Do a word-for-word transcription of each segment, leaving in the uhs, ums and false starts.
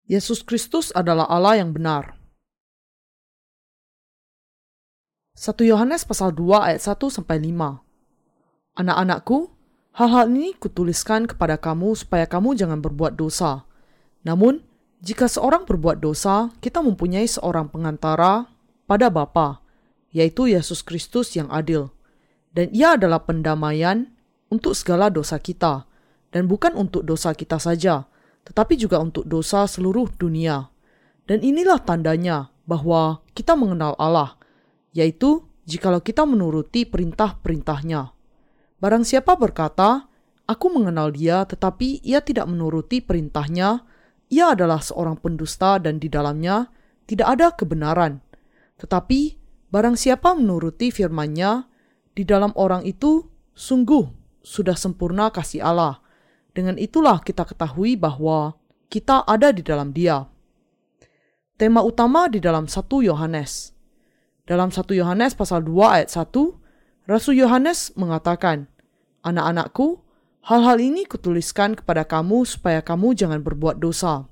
Yesus Kristus adalah Allah yang benar. satu Yohanes pasal dua ayat satu sampai lima. Anak-anakku, hal-hal ini kutuliskan kepada kamu supaya kamu jangan berbuat dosa. Namun, jika seorang berbuat dosa, kita mempunyai seorang pengantara pada Bapa, yaitu Yesus Kristus yang adil. Dan ia adalah pendamaian untuk segala dosa kita, dan bukan untuk dosa kita saja, tetapi juga untuk dosa seluruh dunia. Dan inilah tandanya bahwa kita mengenal Allah, yaitu jikalau kita menuruti perintah-perintahnya. Barang siapa berkata, aku mengenal dia tetapi ia tidak menuruti perintahnya, ia adalah seorang pendusta dan di dalamnya tidak ada kebenaran. Tetapi barang siapa menuruti firman-Nya, di dalam orang itu sungguh sudah sempurna kasih Allah. Dengan itulah kita ketahui bahwa kita ada di dalam Dia. Tema utama di dalam satu Yohanes. Dalam satu Yohanes pasal dua ayat satu, Rasul Yohanes mengatakan, anak-anakku, hal-hal ini kutuliskan kepada kamu supaya kamu jangan berbuat dosa.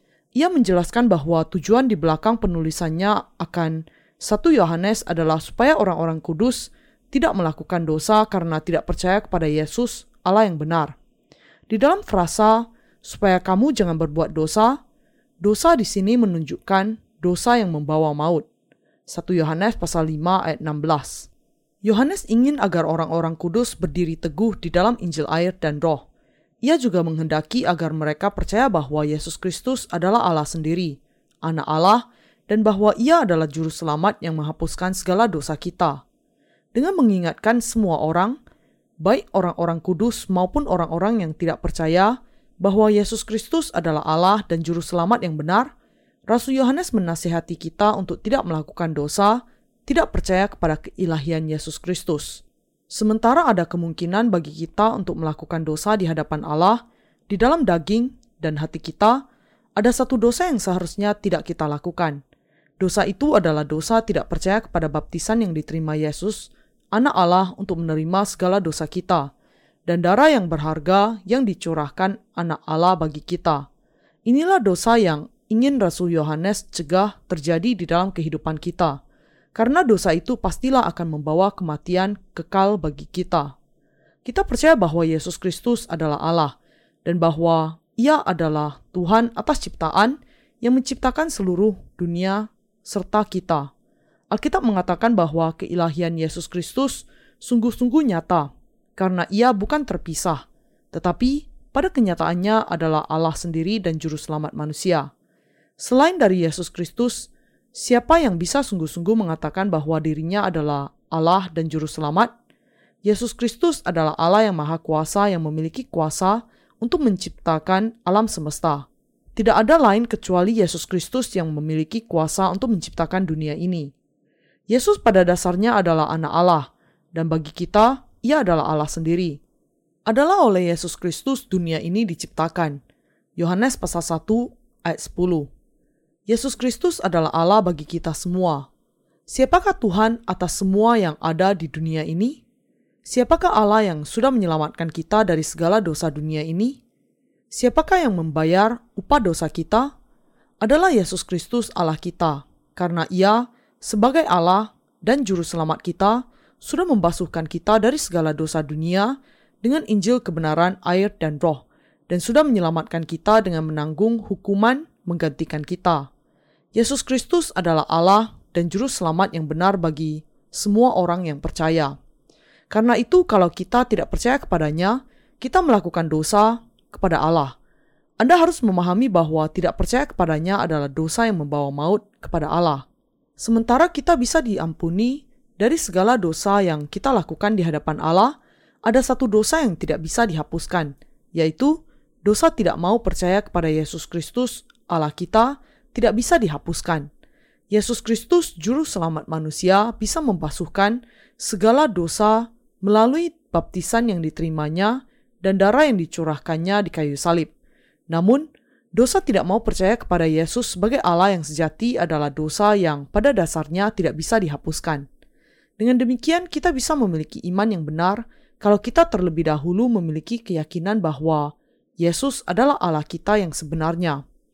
Ia menjelaskan bahwa tujuan di belakang penulisannya akan satu Yohanes adalah supaya orang-orang kudus tidak melakukan dosa karena tidak percaya kepada Yesus, Allah yang benar. Di dalam frasa, supaya kamu jangan berbuat dosa, dosa di sini menunjukkan dosa yang membawa maut. satu Yohanes pasal lima ayat enam belas. Yohanes ingin agar orang-orang kudus berdiri teguh di dalam Injil air dan roh. Ia juga menghendaki agar mereka percaya bahwa Yesus Kristus adalah Allah sendiri, anak Allah, dan bahwa ia adalah juru selamat yang menghapuskan segala dosa kita. Dengan mengingatkan semua orang, baik orang-orang kudus maupun orang-orang yang tidak percaya, bahwa Yesus Kristus adalah Allah dan juru selamat yang benar, Rasul Yohanes menasihati kita untuk tidak melakukan dosa, tidak percaya kepada keilahian Yesus Kristus. Sementara ada kemungkinan bagi kita untuk melakukan dosa di hadapan Allah, di dalam daging dan hati kita, ada satu dosa yang seharusnya tidak kita lakukan. Dosa itu adalah dosa tidak percaya kepada baptisan yang diterima Yesus, anak Allah untuk menerima segala dosa kita, dan darah yang berharga yang dicurahkan anak Allah bagi kita. Inilah dosa yang ingin Rasul Yohanes cegah terjadi di dalam kehidupan kita. Karena dosa itu pastilah akan membawa kematian kekal bagi kita. Kita percaya bahwa Yesus Kristus adalah Allah dan bahwa Ia adalah Tuhan atas ciptaan yang menciptakan seluruh dunia serta kita. Alkitab mengatakan bahwa keilahian Yesus Kristus sungguh-sungguh nyata karena Ia bukan terpisah, tetapi pada kenyataannya adalah Allah sendiri dan juru selamat manusia. Selain dari Yesus Kristus, siapa yang bisa sungguh-sungguh mengatakan bahwa dirinya adalah Allah dan juru selamat? Yesus Kristus adalah Allah yang maha kuasa yang memiliki kuasa untuk menciptakan alam semesta. Tidak ada lain kecuali Yesus Kristus yang memiliki kuasa untuk menciptakan dunia ini. Yesus pada dasarnya adalah anak Allah, dan bagi kita, Ia adalah Allah sendiri. Adalah oleh Yesus Kristus dunia ini diciptakan. Yohanes pasal satu ayat sepuluh. Yesus Kristus adalah Allah bagi kita semua. Siapakah Tuhan atas semua yang ada di dunia ini? Siapakah Allah yang sudah menyelamatkan kita dari segala dosa dunia ini? Siapakah yang membayar upah dosa kita? Adalah Yesus Kristus Allah kita, karena Ia sebagai Allah dan juru selamat kita sudah membasuhkan kita dari segala dosa dunia dengan Injil kebenaran air dan roh, dan sudah menyelamatkan kita dengan menanggung hukuman menggantikan kita. Yesus Kristus adalah Allah dan juru selamat yang benar bagi semua orang yang percaya. Karena itu kalau kita tidak percaya kepadanya, kita melakukan dosa kepada Allah. Anda harus memahami bahwa tidak percaya kepadanya adalah dosa yang membawa maut kepada Allah. Sementara kita bisa diampuni dari segala dosa yang kita lakukan di hadapan Allah, ada satu dosa yang tidak bisa dihapuskan, yaitu dosa tidak mau percaya kepada Yesus Kristus, Allah kita, tidak bisa dihapuskan. Yesus Kristus, juru selamat manusia, bisa membasuhkan segala dosa melalui baptisan yang diterimanya dan darah yang dicurahkannya di kayu salib. Namun, dosa tidak mau percaya kepada Yesus sebagai Allah yang sejati adalah dosa yang pada dasarnya tidak bisa dihapuskan. Dengan demikian, kita bisa memiliki iman yang benar kalau kita terlebih dahulu memiliki keyakinan bahwa Yesus adalah Allah kita yang sebenarnya.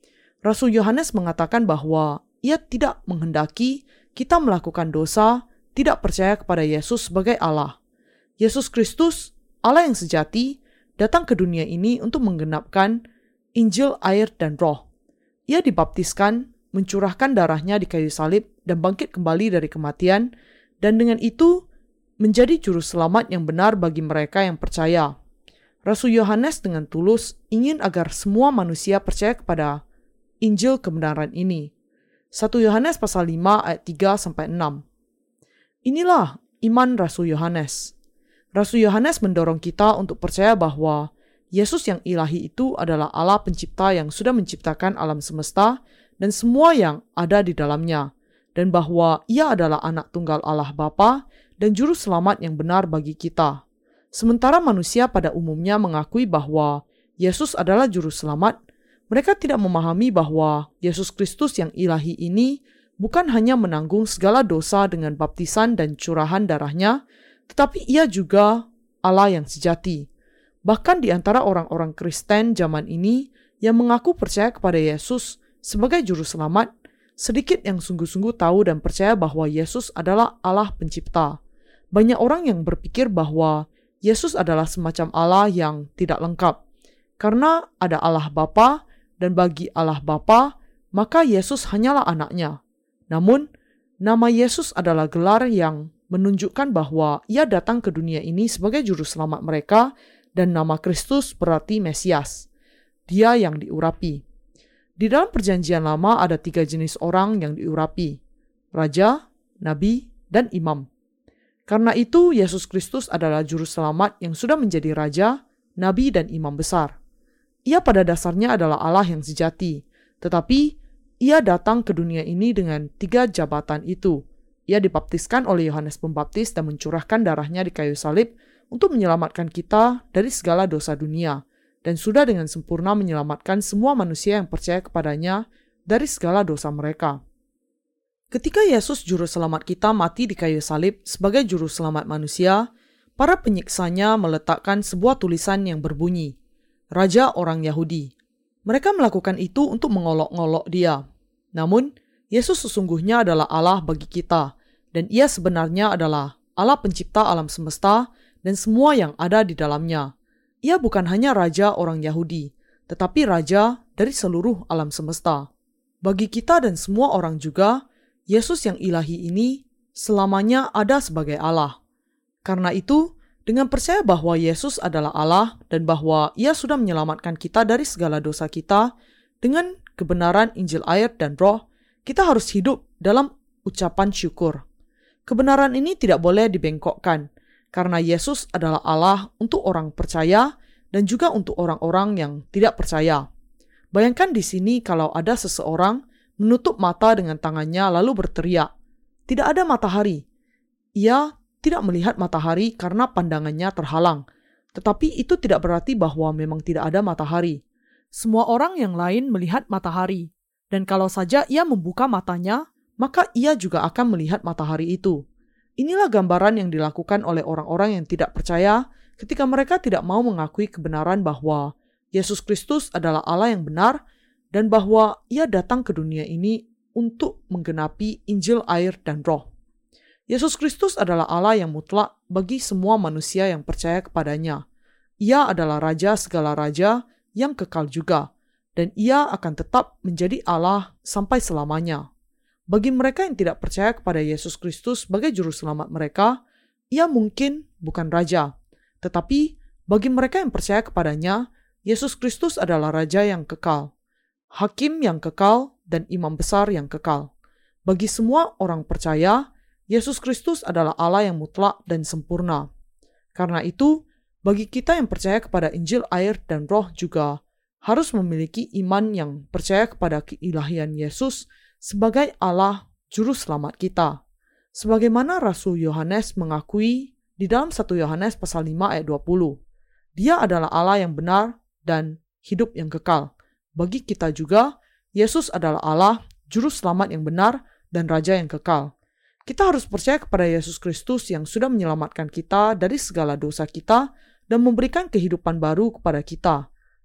Rasul Yohanes mengatakan bahwa ia tidak menghendaki kita melakukan dosa, tidak percaya kepada Yesus sebagai Allah. Yesus Kristus, Allah yang sejati, datang ke dunia ini untuk menggenapkan Injil, air, dan Roh. Ia dibaptiskan, mencurahkan darahnya di kayu salib, dan bangkit kembali dari kematian, dan dengan itu menjadi juru selamat yang benar bagi mereka yang percaya. Rasul Yohanes dengan tulus ingin agar semua manusia percaya kepada Injil kebenaran ini. satu Yohanes pasal lima ayat tiga sampai enam. Inilah iman Rasul Yohanes. Rasul Yohanes mendorong kita untuk percaya bahwa Yesus yang ilahi itu adalah Allah pencipta yang sudah menciptakan alam semesta dan semua yang ada di dalamnya, dan bahwa ia adalah anak tunggal Allah Bapa dan juru selamat yang benar bagi kita. Sementara manusia pada umumnya mengakui bahwa Yesus adalah juru selamat, mereka tidak memahami bahwa Yesus Kristus yang ilahi ini bukan hanya menanggung segala dosa dengan baptisan dan curahan darahnya, tetapi ia juga Allah yang sejati. Bahkan di antara orang-orang Kristen zaman ini yang mengaku percaya kepada Yesus sebagai juru selamat, sedikit yang sungguh-sungguh tahu dan percaya bahwa Yesus adalah Allah pencipta. Banyak orang yang berpikir bahwa Yesus adalah semacam Allah yang tidak lengkap. Karena ada Allah Bapa, dan bagi Allah Bapa, maka Yesus hanyalah anaknya. Namun, nama Yesus adalah gelar yang menunjukkan bahwa ia datang ke dunia ini sebagai juru selamat mereka, dan nama Kristus berarti Mesias, dia yang diurapi. Di dalam perjanjian lama ada tiga jenis orang yang diurapi, raja, nabi, dan imam. Karena itu Yesus Kristus adalah juru selamat yang sudah menjadi raja, nabi, dan imam besar. Ia pada dasarnya adalah Allah yang sejati, tetapi ia datang ke dunia ini dengan tiga jabatan itu. Ia dibaptiskan oleh Yohanes Pembaptis dan mencurahkan darahnya di kayu salib untuk menyelamatkan kita dari segala dosa dunia, dan sudah dengan sempurna menyelamatkan semua manusia yang percaya kepadanya dari segala dosa mereka. Ketika Yesus juru selamat kita mati di kayu salib sebagai juru selamat manusia, para penyiksanya meletakkan sebuah tulisan yang berbunyi, Raja orang Yahudi. Mereka melakukan itu untuk mengolok-ngolok dia. Namun, Yesus sesungguhnya adalah Allah bagi kita, dan ia sebenarnya adalah Allah pencipta alam semesta dan semua yang ada di dalamnya. Ia bukan hanya Raja orang Yahudi, tetapi Raja dari seluruh alam semesta. Bagi kita dan semua orang juga, Yesus yang ilahi ini selamanya ada sebagai Allah. Karena itu, dengan percaya bahwa Yesus adalah Allah dan bahwa ia sudah menyelamatkan kita dari segala dosa kita, dengan kebenaran Injil, air, dan Roh, kita harus hidup dalam ucapan syukur. Kebenaran ini tidak boleh dibengkokkan, karena Yesus adalah Allah untuk orang percaya dan juga untuk orang-orang yang tidak percaya. Bayangkan di sini kalau ada seseorang menutup mata dengan tangannya lalu berteriak, "Tidak ada matahari." Ia tidak melihat matahari karena pandangannya terhalang, tetapi itu tidak berarti bahwa memang tidak ada matahari. Semua orang yang lain melihat matahari, dan kalau saja ia membuka matanya, maka ia juga akan melihat matahari itu. Inilah gambaran yang dilakukan oleh orang-orang yang tidak percaya ketika mereka tidak mau mengakui kebenaran bahwa Yesus Kristus adalah Allah yang benar dan bahwa ia datang ke dunia ini untuk menggenapi Injil, air, dan Roh. Yesus Kristus adalah Allah yang mutlak bagi semua manusia yang percaya kepadanya. Ia adalah Raja segala raja yang kekal juga, dan ia akan tetap menjadi Allah sampai selamanya. Bagi mereka yang tidak percaya kepada Yesus Kristus sebagai juru selamat mereka, ia mungkin bukan raja. Tetapi bagi mereka yang percaya kepadanya, Yesus Kristus adalah Raja yang kekal, Hakim yang kekal, dan Imam besar yang kekal. Bagi semua orang percaya, Yesus Kristus adalah Allah yang mutlak dan sempurna. Karena itu, bagi kita yang percaya kepada Injil, air, dan Roh juga harus memiliki iman yang percaya kepada keilahian Yesus sebagai Allah Juru Selamat kita. Sebagaimana Rasul Yohanes mengakui di dalam satu Yohanes pasal lima ayat dua puluh. Dia adalah Allah yang benar dan hidup yang kekal. Bagi kita juga, Yesus adalah Allah, Juru Selamat yang benar, dan Raja yang kekal. Kita harus percaya kepada Yesus Kristus yang sudah menyelamatkan kita dari segala dosa kita dan memberikan kehidupan baru kepada kita.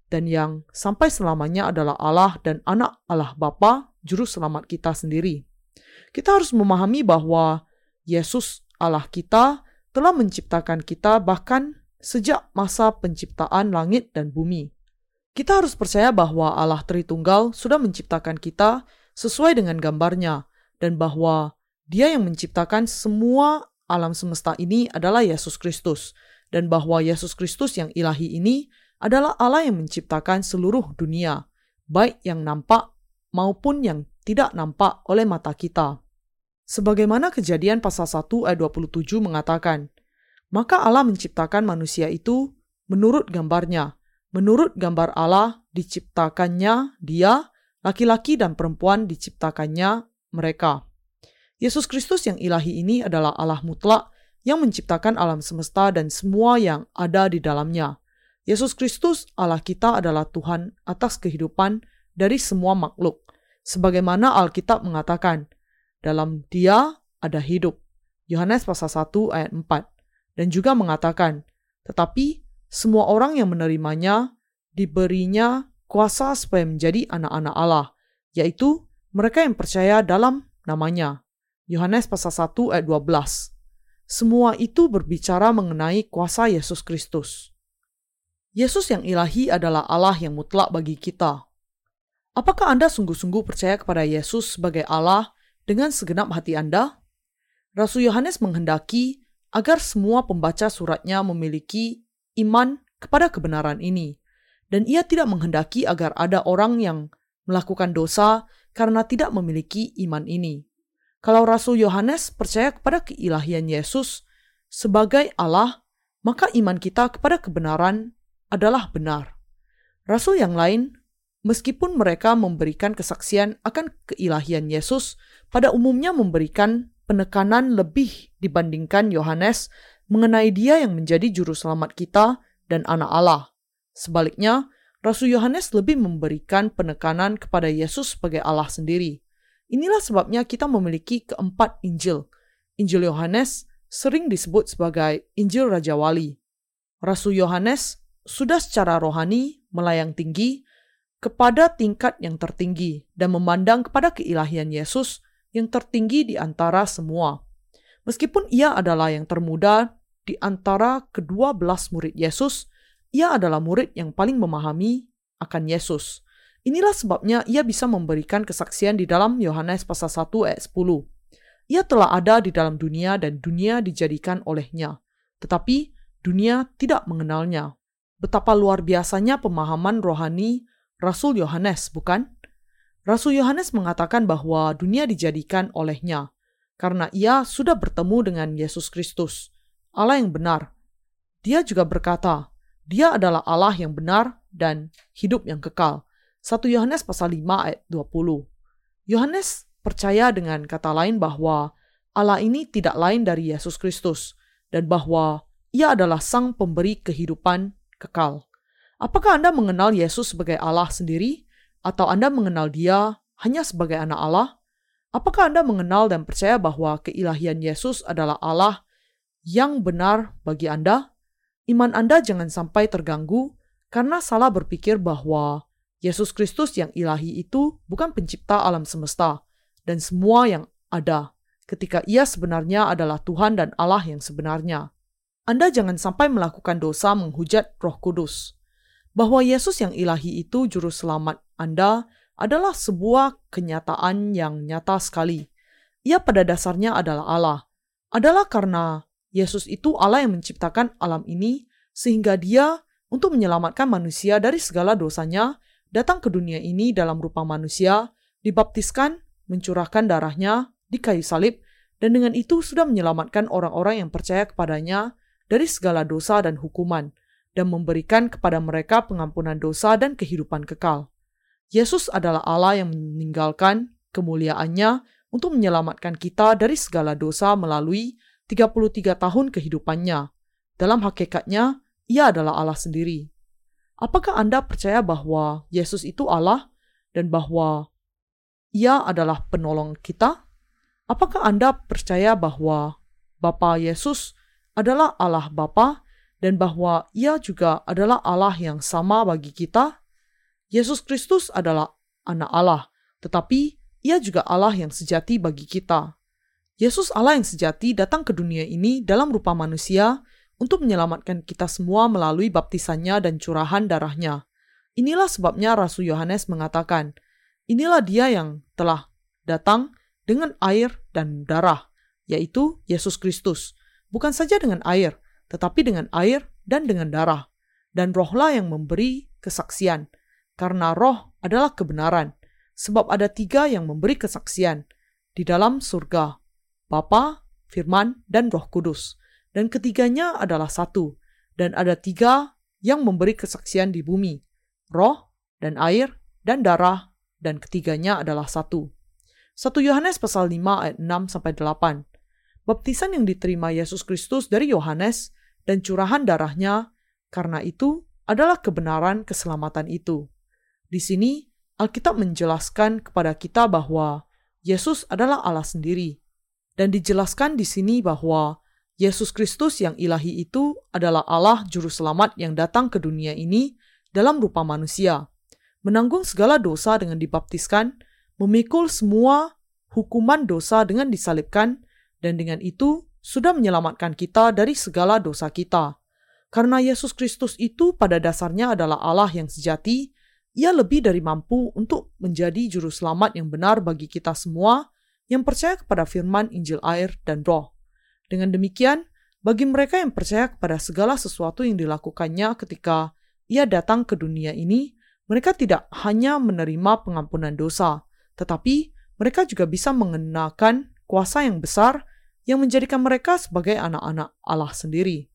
dan yang sampai selamanya adalah Allah dan Anak Allah Bapa, Juru Selamat kita sendiri. Kita harus memahami bahwa Yesus Allah kita telah menciptakan kita bahkan sejak masa penciptaan langit dan bumi. Kita harus percaya bahwa Allah Tritunggal sudah menciptakan kita sesuai dengan gambarnya, dan bahwa Dia yang menciptakan semua alam semesta ini adalah Yesus Kristus, dan bahwa Yesus Kristus yang ilahi ini adalah Allah yang menciptakan seluruh dunia, baik yang nampak maupun yang tidak nampak oleh mata kita. Sebagaimana Kejadian pasal satu ayat dua puluh tujuh mengatakan, maka Allah menciptakan manusia itu menurut gambarnya. Menurut gambar Allah diciptakannya dia, laki-laki dan perempuan diciptakannya mereka. Yesus Kristus yang ilahi ini adalah Allah mutlak yang menciptakan alam semesta dan semua yang ada di dalamnya. Yesus Kristus Allah kita adalah Tuhan atas kehidupan dari semua makhluk. Sebagaimana Alkitab mengatakan, dalam Dia ada hidup. Yohanes pasal satu ayat empat. Dan juga mengatakan, tetapi semua orang yang menerimanya diberinya kuasa supaya menjadi anak-anak Allah, yaitu mereka yang percaya dalam namanya. Yohanes pasal satu ayat dua belas. Semua itu berbicara mengenai kuasa Yesus Kristus. Yesus yang ilahi adalah Allah yang mutlak bagi kita. Apakah Anda sungguh-sungguh percaya kepada Yesus sebagai Allah dengan segenap hati Anda? Rasul Yohanes menghendaki agar semua pembaca suratnya memiliki iman kepada kebenaran ini, dan ia tidak menghendaki agar ada orang yang melakukan dosa karena tidak memiliki iman ini. Kalau Rasul Yohanes percaya kepada keilahian Yesus sebagai Allah, maka iman kita kepada kebenaran adalah benar. Rasul yang lain, meskipun mereka memberikan kesaksian akan keilahian Yesus, pada umumnya memberikan penekanan lebih dibandingkan Yohanes mengenai Dia yang menjadi juru selamat kita dan anak Allah. Sebaliknya, Rasul Yohanes lebih memberikan penekanan kepada Yesus sebagai Allah sendiri. Inilah sebabnya kita memiliki keempat Injil. Injil Yohanes sering disebut sebagai Injil Raja Wali. Rasul Yohanes sudah secara rohani melayang tinggi kepada tingkat yang tertinggi dan memandang kepada keilahian Yesus yang tertinggi di antara semua. Meskipun ia adalah yang termuda di antara kedua belas murid Yesus, ia adalah murid yang paling memahami akan Yesus. Inilah sebabnya ia bisa memberikan kesaksian di dalam Yohanes pasal satu ayat sepuluh. Ia telah ada di dalam dunia dan dunia dijadikan olehnya, tetapi dunia tidak mengenalnya. Betapa luar biasanya pemahaman rohani Rasul Yohanes, bukan? Rasul Yohanes mengatakan bahwa dunia dijadikan olehnya, karena ia sudah bertemu dengan Yesus Kristus, Allah yang benar. Dia juga berkata, Dia adalah Allah yang benar dan hidup yang kekal. satu Yohanes pasal lima ayat dua puluh. Yohanes percaya dengan kata lain bahwa Allah ini tidak lain dari Yesus Kristus, dan bahwa Ia adalah Sang Pemberi kehidupan kekal. Apakah Anda mengenal Yesus sebagai Allah sendiri? Atau Anda mengenal Dia hanya sebagai anak Allah? Apakah Anda mengenal dan percaya bahwa keilahian Yesus adalah Allah yang benar bagi Anda? Iman Anda jangan sampai terganggu karena salah berpikir bahwa Yesus Kristus yang ilahi itu bukan pencipta alam semesta dan semua yang ada, ketika Ia sebenarnya adalah Tuhan dan Allah yang sebenarnya. Anda jangan sampai melakukan dosa menghujat Roh Kudus. Bahwa Yesus yang ilahi itu juru selamat Anda adalah sebuah kenyataan yang nyata sekali. Ia pada dasarnya adalah Allah. Adalah karena Yesus itu Allah yang menciptakan alam ini sehingga Dia untuk menyelamatkan manusia dari segala dosanya datang ke dunia ini dalam rupa manusia, dibaptiskan, mencurahkan darahnya di kayu salib, dan dengan itu sudah menyelamatkan orang-orang yang percaya kepadanya dari segala dosa dan hukuman, dan memberikan kepada mereka pengampunan dosa dan kehidupan kekal. Yesus adalah Allah yang meninggalkan kemuliaannya untuk menyelamatkan kita dari segala dosa melalui tiga puluh tiga tahun kehidupannya. Dalam hakikatnya, Ia adalah Allah sendiri. Apakah Anda percaya bahwa Yesus itu Allah dan bahwa Ia adalah penolong kita? Apakah Anda percaya bahwa Bapa Yesus adalah Allah Bapa dan bahwa Ia juga adalah Allah yang sama bagi kita? Yesus Kristus adalah anak Allah, tetapi ia juga Allah yang sejati bagi kita. Yesus Allah yang sejati datang ke dunia ini dalam rupa manusia untuk menyelamatkan kita semua melalui baptisannya dan curahan darahnya. Inilah sebabnya Rasul Yohanes mengatakan, inilah dia yang telah datang dengan air dan darah, yaitu Yesus Kristus. Bukan saja dengan air, tetapi dengan air dan dengan darah. Dan rohlah yang memberi kesaksian, karena roh adalah kebenaran. Sebab ada tiga yang memberi kesaksian di dalam surga, Bapa, Firman, dan Roh Kudus. Dan ketiganya adalah satu. Dan ada tiga yang memberi kesaksian di bumi, roh, dan air, dan darah, dan ketiganya adalah satu. satu Yohanes pasal lima ayat enam sampai delapan. Baptisan yang diterima Yesus Kristus dari Yohanes dan curahan darahnya, karena itu adalah kebenaran keselamatan itu. Di sini, Alkitab menjelaskan kepada kita bahwa Yesus adalah Allah sendiri. Dan dijelaskan di sini bahwa Yesus Kristus yang ilahi itu adalah Allah Juru Selamat yang datang ke dunia ini dalam rupa manusia, menanggung segala dosa dengan dibaptiskan, memikul semua hukuman dosa dengan disalibkan, dan dengan itu sudah menyelamatkan kita dari segala dosa kita. Karena Yesus Kristus itu pada dasarnya adalah Allah yang sejati, ia lebih dari mampu untuk menjadi juru selamat yang benar bagi kita semua yang percaya kepada firman Injil air dan roh. Dengan demikian, bagi mereka yang percaya kepada segala sesuatu yang dilakukannya ketika ia datang ke dunia ini, mereka tidak hanya menerima pengampunan dosa, tetapi mereka juga bisa mengenakan kuasa yang besar yang menjadikan mereka sebagai anak-anak Allah sendiri.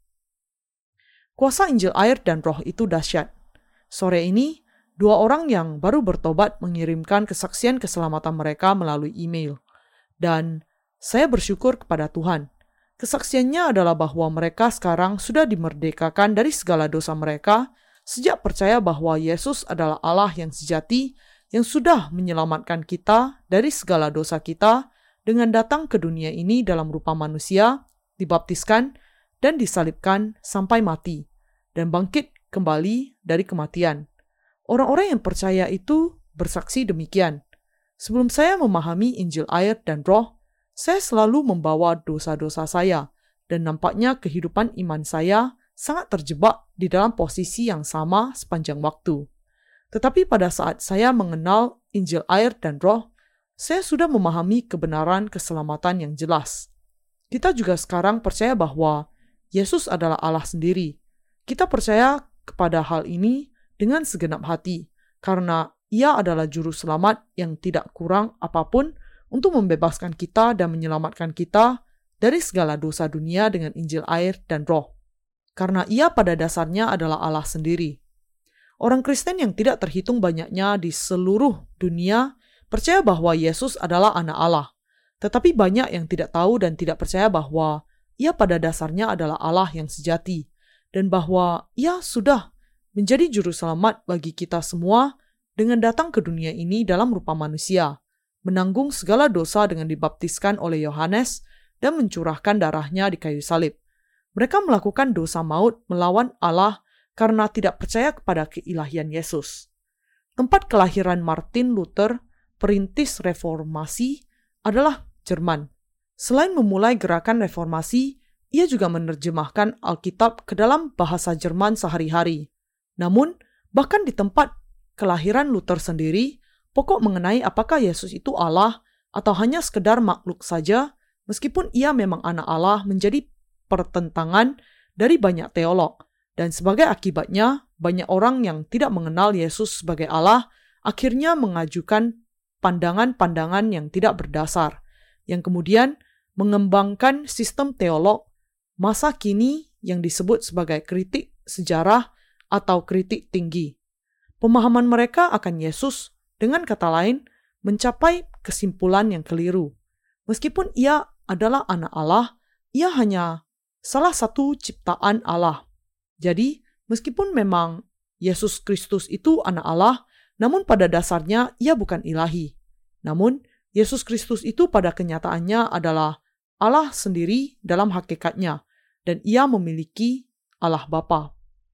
Kuasa Injil air dan roh itu dahsyat. Sore ini, dua orang yang baru bertobat mengirimkan kesaksian keselamatan mereka melalui email. Dan saya bersyukur kepada Tuhan. Kesaksiannya adalah bahwa mereka sekarang sudah dimerdekakan dari segala dosa mereka sejak percaya bahwa Yesus adalah Allah yang sejati yang sudah menyelamatkan kita dari segala dosa kita dengan datang ke dunia ini dalam rupa manusia, dibaptiskan, dan disalibkan sampai mati, dan bangkit kembali dari kematian. Orang-orang yang percaya itu bersaksi demikian. Sebelum saya memahami Injil air dan roh, saya selalu membawa dosa-dosa saya, dan nampaknya kehidupan iman saya sangat terjebak di dalam posisi yang sama sepanjang waktu. Tetapi pada saat saya mengenal Injil air dan roh, saya sudah memahami kebenaran keselamatan yang jelas. Kita juga sekarang percaya bahwa Yesus adalah Allah sendiri. Kita percaya kepada hal ini dengan segenap hati, karena Ia adalah juru selamat yang tidak kurang apapun untuk membebaskan kita dan menyelamatkan kita dari segala dosa dunia dengan Injil air dan roh. Karena Ia pada dasarnya adalah Allah sendiri. Orang Kristen yang tidak terhitung banyaknya di seluruh dunia percaya bahwa Yesus adalah anak Allah. Tetapi banyak yang tidak tahu dan tidak percaya bahwa Ia pada dasarnya adalah Allah yang sejati, dan bahwa Ia sudah menjadi juru selamat bagi kita semua dengan datang ke dunia ini dalam rupa manusia, menanggung segala dosa dengan dibaptiskan oleh Yohanes dan mencurahkan darahnya di kayu salib. Mereka melakukan dosa maut melawan Allah karena tidak percaya kepada keilahian Yesus. Tempat kelahiran Martin Luther, perintis reformasi, adalah Jerman. Selain memulai gerakan reformasi, ia juga menerjemahkan Alkitab ke dalam bahasa Jerman sehari-hari. Namun, bahkan di tempat kelahiran Luther sendiri, pokok mengenai apakah Yesus itu Allah atau hanya sekedar makhluk saja, meskipun ia memang anak Allah, menjadi pertentangan dari banyak teolog. Dan sebagai akibatnya, banyak orang yang tidak mengenal Yesus sebagai Allah akhirnya mengajukan pandangan-pandangan yang tidak berdasar, yang kemudian mengembangkan sistem teolog masa kini yang disebut sebagai kritik sejarah atau kritik tinggi. Pemahaman mereka akan Yesus, dengan kata lain, mencapai kesimpulan yang keliru. Meskipun ia adalah anak Allah, ia hanya salah satu ciptaan Allah. Jadi, meskipun memang Yesus Kristus itu anak Allah, namun pada dasarnya ia bukan ilahi. Namun, Yesus Kristus itu pada kenyataannya adalah Allah sendiri dalam hakikatnya, dan ia memiliki Allah Bapa.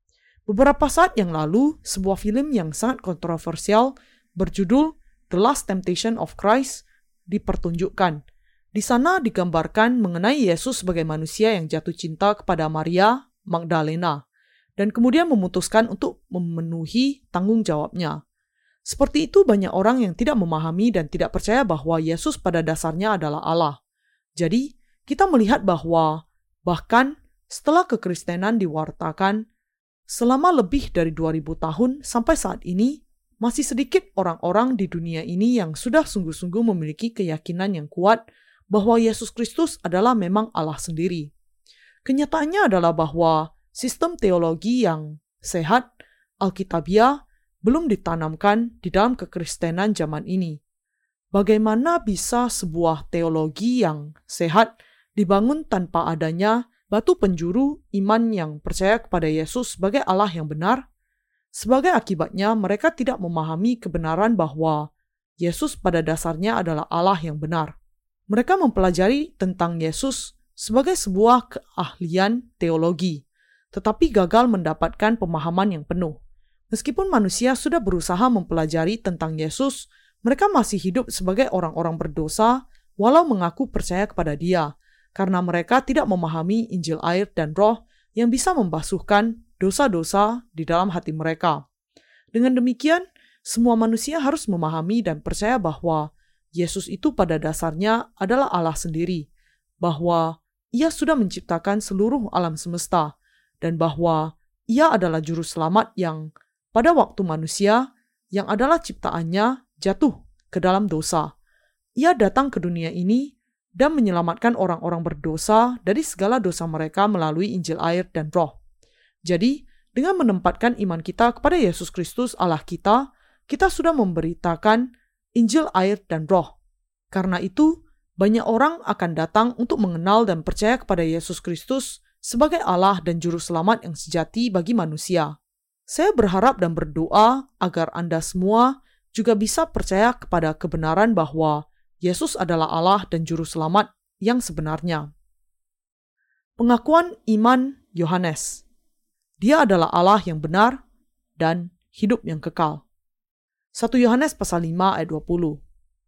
Beberapa saat yang lalu, sebuah film yang sangat kontroversial berjudul The Last Temptation of Christ dipertunjukkan. Di sana digambarkan mengenai Yesus sebagai manusia yang jatuh cinta kepada Maria Magdalena dan kemudian memutuskan untuk memenuhi tanggung jawabnya. Seperti itu banyak orang yang tidak memahami dan tidak percaya bahwa Yesus pada dasarnya adalah Allah. Jadi, kita melihat bahwa bahkan setelah kekristenan diwartakan selama lebih dari dua ribu tahun sampai saat ini, masih sedikit orang-orang di dunia ini yang sudah sungguh-sungguh memiliki keyakinan yang kuat bahwa Yesus Kristus adalah memang Allah sendiri. Kenyataannya adalah bahwa sistem teologi yang sehat, Alkitabiah, belum ditanamkan di dalam kekristenan zaman ini. Bagaimana bisa sebuah teologi yang sehat dibangun tanpa adanya batu penjuru iman yang percaya kepada Yesus sebagai Allah yang benar? Sebagai akibatnya, mereka tidak memahami kebenaran bahwa Yesus pada dasarnya adalah Allah yang benar. Mereka mempelajari tentang Yesus sebagai sebuah keahlian teologi, tetapi gagal mendapatkan pemahaman yang penuh. Meskipun manusia sudah berusaha mempelajari tentang Yesus, mereka masih hidup sebagai orang-orang berdosa walau mengaku percaya kepada Dia, karena mereka tidak memahami Injil air dan Roh yang bisa membasuhkan dosa-dosa di dalam hati mereka. Dengan demikian, semua manusia harus memahami dan percaya bahwa Yesus itu pada dasarnya adalah Allah sendiri, bahwa Ia sudah menciptakan seluruh alam semesta, dan bahwa Ia adalah juru selamat yang pada waktu manusia yang adalah ciptaannya jatuh ke dalam dosa. Ia datang ke dunia ini dan menyelamatkan orang-orang berdosa dari segala dosa mereka melalui Injil air dan Roh. Jadi, dengan menempatkan iman kita kepada Yesus Kristus Allah kita, kita sudah memberitakan Injil air dan Roh. Karena itu, banyak orang akan datang untuk mengenal dan percaya kepada Yesus Kristus sebagai Allah dan Juru Selamat yang sejati bagi manusia. Saya berharap dan berdoa agar Anda semua juga bisa percaya kepada kebenaran bahwa Yesus adalah Allah dan Juru Selamat yang sebenarnya. Pengakuan iman Yohanes. Dia adalah Allah yang benar dan hidup yang kekal. satu Yohanes pasal lima ayat dua puluh.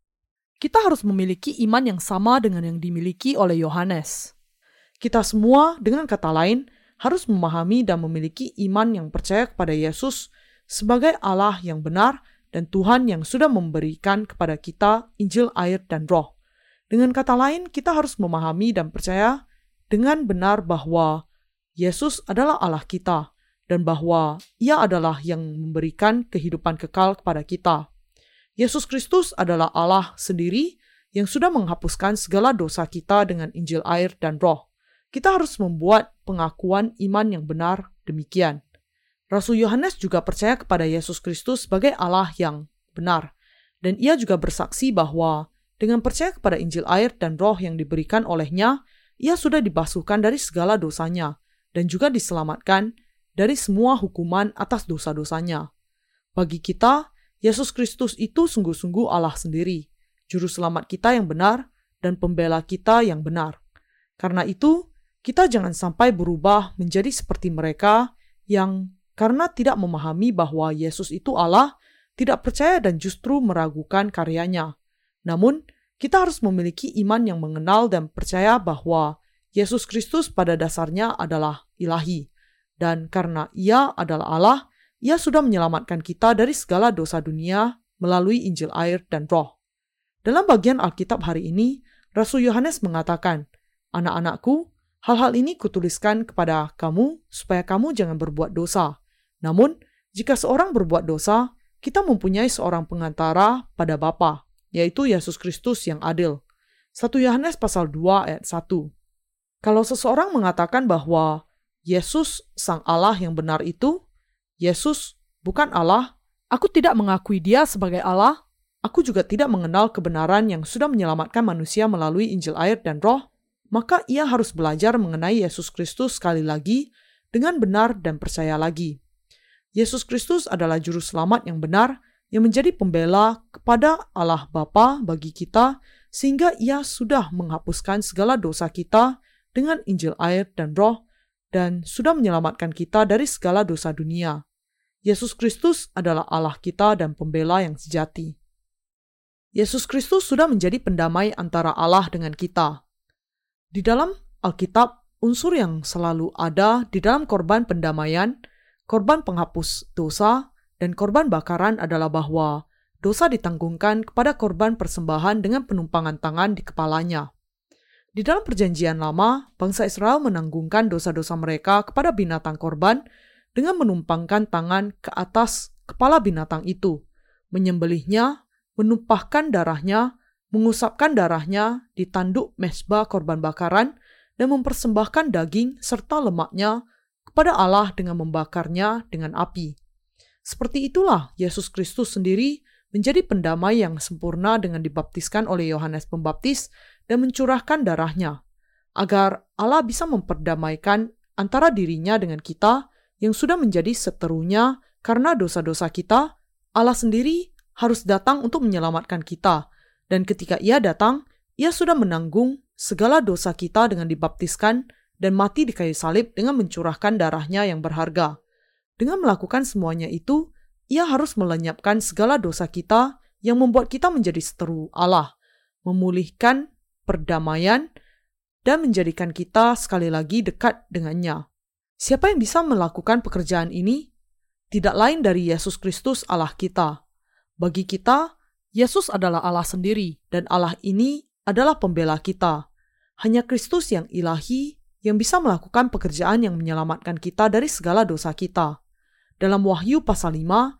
Kita harus memiliki iman yang sama dengan yang dimiliki oleh Yohanes. Kita semua, dengan kata lain, harus memahami dan memiliki iman yang percaya kepada Yesus sebagai Allah yang benar dan Tuhan yang sudah memberikan kepada kita Injil air dan Roh. Dengan kata lain, kita harus memahami dan percaya dengan benar bahwa Yesus adalah Allah kita dan bahwa Ia adalah yang memberikan kehidupan kekal kepada kita. Yesus Kristus adalah Allah sendiri yang sudah menghapuskan segala dosa kita dengan Injil air dan Roh. Kita harus membuat pengakuan iman yang benar demikian. Rasul Yohanes juga percaya kepada Yesus Kristus sebagai Allah yang benar. Dan ia juga bersaksi bahwa dengan percaya kepada Injil air dan Roh yang diberikan olehnya, ia sudah dibasuhkan dari segala dosanya dan juga diselamatkan dari semua hukuman atas dosa-dosanya. Bagi kita, Yesus Kristus itu sungguh-sungguh Allah sendiri, Juru Selamat kita yang benar dan Pembela kita yang benar. Karena itu, kita jangan sampai berubah menjadi seperti mereka yang karena tidak memahami bahwa Yesus itu Allah, tidak percaya dan justru meragukan karyanya. Namun, kita harus memiliki iman yang mengenal dan percaya bahwa Yesus Kristus pada dasarnya adalah ilahi. Dan karena Ia adalah Allah, Ia sudah menyelamatkan kita dari segala dosa dunia melalui Injil air dan Roh. Dalam bagian Alkitab hari ini, Rasul Yohanes mengatakan, "Anak-anakku, hal-hal ini kutuliskan kepada kamu supaya kamu jangan berbuat dosa. Namun, jika seorang berbuat dosa, kita mempunyai seorang pengantara pada Bapa, yaitu Yesus Kristus yang adil." satu Yohanes pasal dua ayat satu. Kalau seseorang mengatakan bahwa Yesus sang Allah yang benar itu, Yesus bukan Allah, aku tidak mengakui Dia sebagai Allah, aku juga tidak mengenal kebenaran yang sudah menyelamatkan manusia melalui Injil air dan Roh, maka ia harus belajar mengenai Yesus Kristus sekali lagi dengan benar dan percaya lagi. Yesus Kristus adalah Juru Selamat yang benar yang menjadi pembela kepada Allah Bapa bagi kita sehingga Ia sudah menghapuskan segala dosa kita dengan Injil air dan Roh dan sudah menyelamatkan kita dari segala dosa dunia. Yesus Kristus adalah Allah kita dan pembela yang sejati. Yesus Kristus sudah menjadi pendamai antara Allah dengan kita. Di dalam Alkitab, unsur yang selalu ada di dalam korban pendamaian, korban penghapus dosa, dan korban bakaran adalah bahwa dosa ditanggungkan kepada korban persembahan dengan penumpangan tangan di kepalanya. Di dalam perjanjian lama, bangsa Israel menanggungkan dosa-dosa mereka kepada binatang korban dengan menumpangkan tangan ke atas kepala binatang itu, menyembelihnya, menumpahkan darahnya, mengusapkan darahnya di tanduk mezbah korban bakaran, dan mempersembahkan daging serta lemaknya kepada Allah dengan membakarnya dengan api. Seperti itulah Yesus Kristus sendiri menjadi pendamai yang sempurna dengan dibaptiskan oleh Yohanes Pembaptis dan mencurahkan darahnya, agar Allah bisa memperdamaikan antara dirinya dengan kita yang sudah menjadi seterunya karena dosa-dosa kita. Allah sendiri harus datang untuk menyelamatkan kita, dan ketika Ia datang, Ia sudah menanggung segala dosa kita dengan dibaptiskan dan mati di kayu salib dengan mencurahkan darahnya yang berharga. Dengan melakukan semuanya itu, Ia harus melenyapkan segala dosa kita yang membuat kita menjadi seteru Allah, memulihkan perdamaian, dan menjadikan kita sekali lagi dekat dengannya. Siapa yang bisa melakukan pekerjaan ini? Tidak lain dari Yesus Kristus Allah kita. Bagi kita, Yesus adalah Allah sendiri, dan Allah ini adalah pembela kita. Hanya Kristus yang ilahi yang bisa melakukan pekerjaan yang menyelamatkan kita dari segala dosa kita. Dalam Wahyu pasal lima,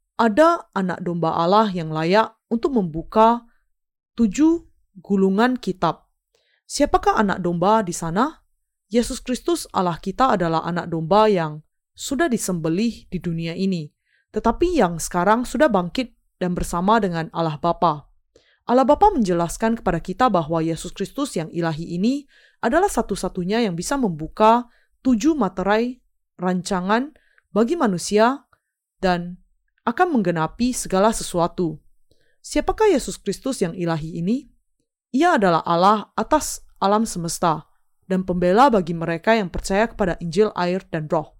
ada anak domba Allah yang layak untuk membuka tujuh gulungan kitab. Siapakah anak domba di sana? Yesus Kristus Allah kita adalah anak domba yang sudah disembelih di dunia ini, tetapi yang sekarang sudah bangkit dan bersama dengan Allah Bapa. Allah Bapa menjelaskan kepada kita bahwa Yesus Kristus yang ilahi ini adalah satu-satunya yang bisa membuka tujuh materai rancangan bagi manusia dan akan menggenapi segala sesuatu. Siapakah Yesus Kristus yang ilahi ini? Ia adalah Allah atas alam semesta dan pembela bagi mereka yang percaya kepada Injil, air, dan Roh.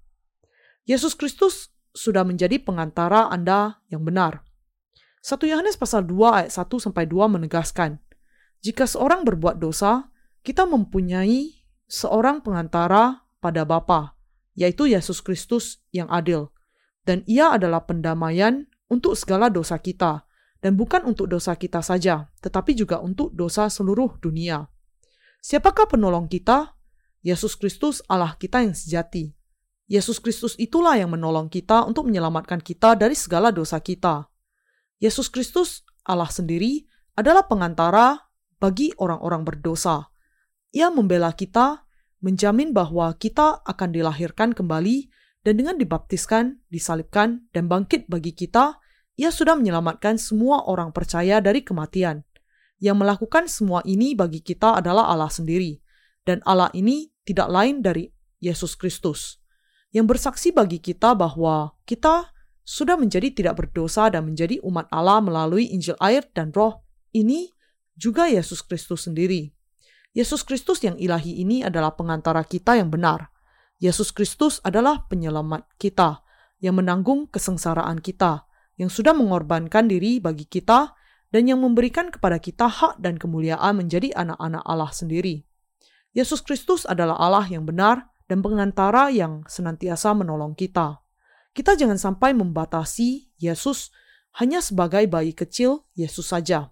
Yesus Kristus sudah menjadi pengantara Anda yang benar. satu Yohanes pasal dua ayat satu sampai dua menegaskan, jika seorang berbuat dosa, kita mempunyai seorang pengantara pada Bapa, yaitu Yesus Kristus yang adil. Dan Ia adalah pendamaian untuk segala dosa kita, dan bukan untuk dosa kita saja, tetapi juga untuk dosa seluruh dunia. Siapakah penolong kita? Yesus Kristus Allah kita yang sejati. Yesus Kristus itulah yang menolong kita untuk menyelamatkan kita dari segala dosa kita. Yesus Kristus Allah sendiri adalah pengantara bagi orang-orang berdosa. Ia membela kita, menjamin bahwa kita akan dilahirkan kembali, dan dengan dibaptiskan, disalibkan, dan bangkit bagi kita, Ia sudah menyelamatkan semua orang percaya dari kematian. Yang melakukan semua ini bagi kita adalah Allah sendiri, dan Allah ini tidak lain dari Yesus Kristus, yang bersaksi bagi kita bahwa kita sudah menjadi tidak berdosa dan menjadi umat Allah melalui Injil, air, dan Roh. Ini juga Yesus Kristus sendiri. Yesus Kristus yang ilahi ini adalah pengantara kita yang benar. Yesus Kristus adalah penyelamat kita, yang menanggung kesengsaraan kita, yang sudah mengorbankan diri bagi kita, dan yang memberikan kepada kita hak dan kemuliaan menjadi anak-anak Allah sendiri. Yesus Kristus adalah Allah yang benar dan pengantara yang senantiasa menolong kita. Kita jangan sampai membatasi Yesus hanya sebagai bayi kecil Yesus saja.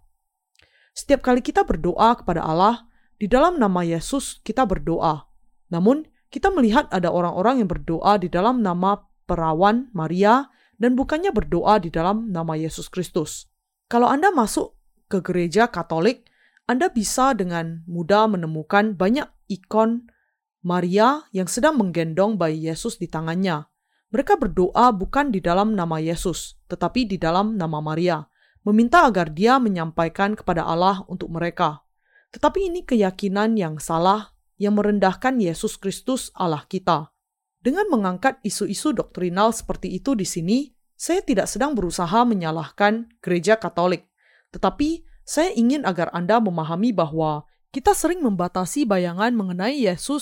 Setiap kali kita berdoa kepada Allah, di dalam nama Yesus kita berdoa. Namun, kita melihat ada orang-orang yang berdoa di dalam nama perawan Maria dan bukannya berdoa di dalam nama Yesus Kristus. Kalau Anda masuk ke gereja Katolik, Anda bisa dengan mudah menemukan banyak ikon Maria yang sedang menggendong bayi Yesus di tangannya. Mereka berdoa bukan di dalam nama Yesus, tetapi di dalam nama Maria, meminta agar Dia menyampaikan kepada Allah untuk mereka. Tetapi ini keyakinan yang salah yang merendahkan Yesus Kristus Allah kita. Dengan mengangkat isu-isu doktrinal seperti itu di sini, saya tidak sedang berusaha menyalahkan gereja Katolik, tetapi saya ingin agar Anda memahami bahwa kita sering membatasi bayangan mengenai Yesus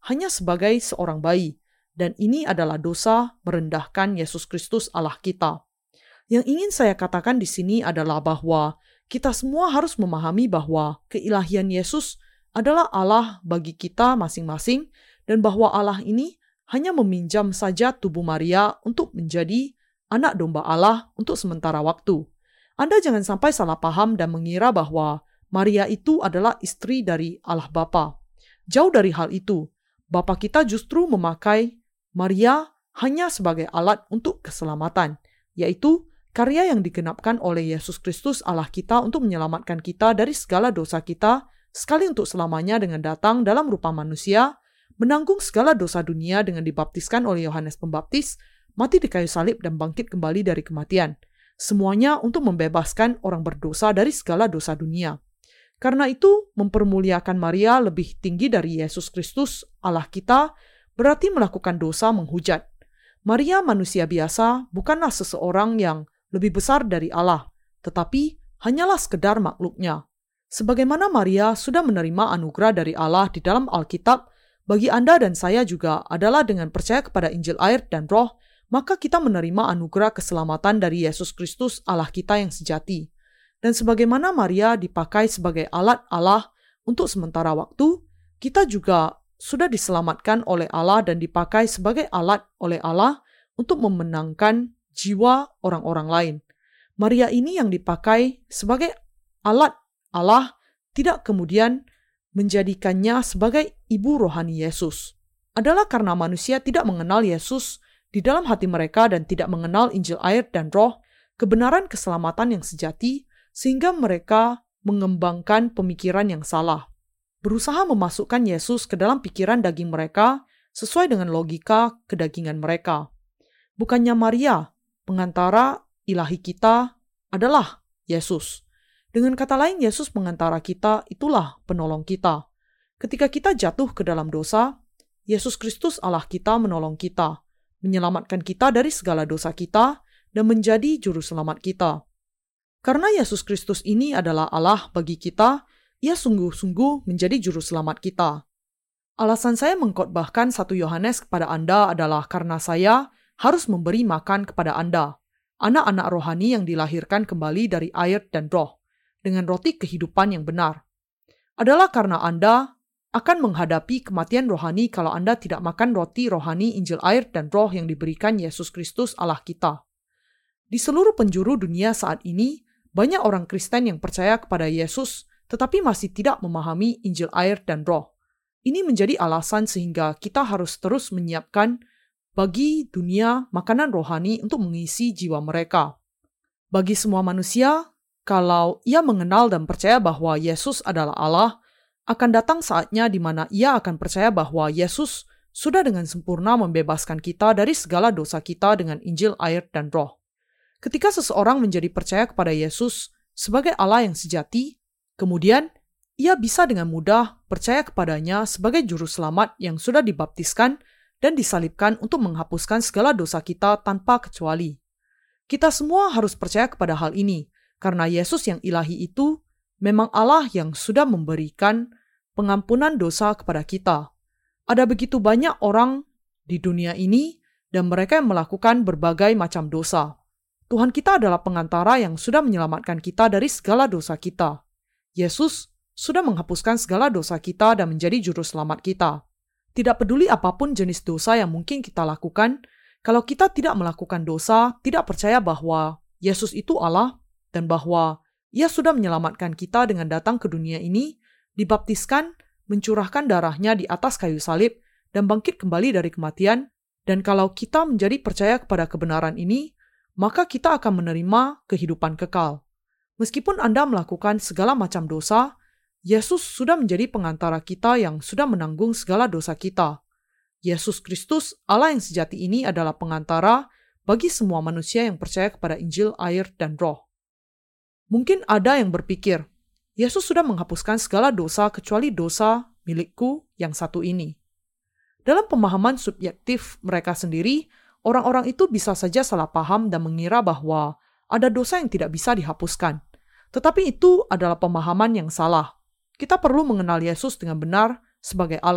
hanya sebagai seorang bayi, dan ini adalah dosa merendahkan Yesus Kristus Allah kita. Yang ingin saya katakan di sini adalah bahwa kita semua harus memahami bahwa keilahian Yesus adalah Allah bagi kita masing-masing, dan bahwa Allah ini hanya meminjam saja tubuh Maria untuk menjadi anak domba Allah untuk sementara waktu. Anda jangan sampai salah paham dan mengira bahwa Maria itu adalah istri dari Allah Bapa. Jauh dari hal itu, Bapa kita justru memakai Maria hanya sebagai alat untuk keselamatan, yaitu karya yang digenapkan oleh Yesus Kristus Allah kita untuk menyelamatkan kita dari segala dosa kita, sekali untuk selamanya dengan datang dalam rupa manusia, menanggung segala dosa dunia dengan dibaptiskan oleh Yohanes Pembaptis, mati di kayu salib dan bangkit kembali dari kematian. Semuanya untuk membebaskan orang berdosa dari segala dosa dunia. Karena itu, mempermuliakan Maria lebih tinggi dari Yesus Kristus, Allah kita, berarti melakukan dosa menghujat. Maria manusia biasa bukanlah seseorang yang lebih besar dari Allah, tetapi hanyalah sekedar makhluknya. Sebagaimana Maria sudah menerima anugerah dari Allah di dalam Alkitab, bagi Anda dan saya juga adalah dengan percaya kepada Injil air dan Roh, maka kita menerima anugerah keselamatan dari Yesus Kristus Allah kita yang sejati. Dan sebagaimana Maria dipakai sebagai alat Allah untuk sementara waktu, kita juga sudah diselamatkan oleh Allah dan dipakai sebagai alat oleh Allah untuk memenangkan jiwa orang-orang lain. Maria ini yang dipakai sebagai alat Allah tidak kemudian menjadikannya sebagai ibu rohani Yesus. Adalah karena manusia tidak mengenal Yesus di dalam hati mereka dan tidak mengenal Injil air dan Roh, kebenaran keselamatan yang sejati, sehingga mereka mengembangkan pemikiran yang salah. Berusaha memasukkan Yesus ke dalam pikiran daging mereka sesuai dengan logika kedagingan mereka. Bukannya Maria, pengantara ilahi kita, adalah Yesus. Dengan kata lain, Yesus pengantara kita, itulah penolong kita. Ketika kita jatuh ke dalam dosa, Yesus Kristus Allah kita menolong kita, menyelamatkan kita dari segala dosa kita, dan menjadi juru selamat kita. Karena Yesus Kristus ini adalah Allah bagi kita, Ia sungguh-sungguh menjadi juru selamat kita. Alasan saya mengkhotbahkan satu Yohanes kepada Anda adalah karena saya harus memberi makan kepada Anda, anak-anak rohani yang dilahirkan kembali dari air dan Roh, dengan roti kehidupan yang benar. Adalah karena Anda akan menghadapi kematian rohani kalau Anda tidak makan roti rohani Injil air dan Roh yang diberikan Yesus Kristus Allah kita. Di seluruh penjuru dunia saat ini, banyak orang Kristen yang percaya kepada Yesus tetapi masih tidak memahami Injil air dan Roh. Ini menjadi alasan sehingga kita harus terus menyiapkan bagi dunia makanan rohani untuk mengisi jiwa mereka. Bagi semua manusia, kalau ia mengenal dan percaya bahwa Yesus adalah Allah, akan datang saatnya di mana ia akan percaya bahwa Yesus sudah dengan sempurna membebaskan kita dari segala dosa kita dengan Injil air dan Roh. Ketika seseorang menjadi percaya kepada Yesus sebagai Allah yang sejati, kemudian ia bisa dengan mudah percaya kepadanya sebagai juru selamat yang sudah dibaptiskan dan disalibkan untuk menghapuskan segala dosa kita tanpa kecuali. Kita semua harus percaya kepada hal ini, karena Yesus yang ilahi itu memang Allah yang sudah memberikan pengampunan dosa kepada kita. Ada begitu banyak orang di dunia ini dan mereka yang melakukan berbagai macam dosa. Tuhan kita adalah pengantara yang sudah menyelamatkan kita dari segala dosa kita. Yesus sudah menghapuskan segala dosa kita dan menjadi juru selamat kita. Tidak peduli apapun jenis dosa yang mungkin kita lakukan, kalau kita tidak melakukan dosa, tidak percaya bahwa Yesus itu Allah, dan bahwa Ia sudah menyelamatkan kita dengan datang ke dunia ini, dibaptiskan, mencurahkan darahnya di atas kayu salib, dan bangkit kembali dari kematian, dan kalau kita menjadi percaya kepada kebenaran ini, maka kita akan menerima kehidupan kekal. Meskipun Anda melakukan segala macam dosa, Yesus sudah menjadi pengantara kita yang sudah menanggung segala dosa kita. Yesus Kristus, Allah yang sejati ini adalah pengantara bagi semua manusia yang percaya kepada Injil, air, dan Roh. Mungkin ada yang berpikir, Yesus sudah menghapuskan segala dosa kecuali dosa milikku yang satu ini. Dalam pemahaman subjektif mereka sendiri, orang-orang itu bisa saja salah paham dan mengira bahwa ada dosa yang tidak bisa dihapuskan. Tetapi itu adalah pemahaman yang salah. Kita perlu mengenal Yesus dengan benar sebagai Allah.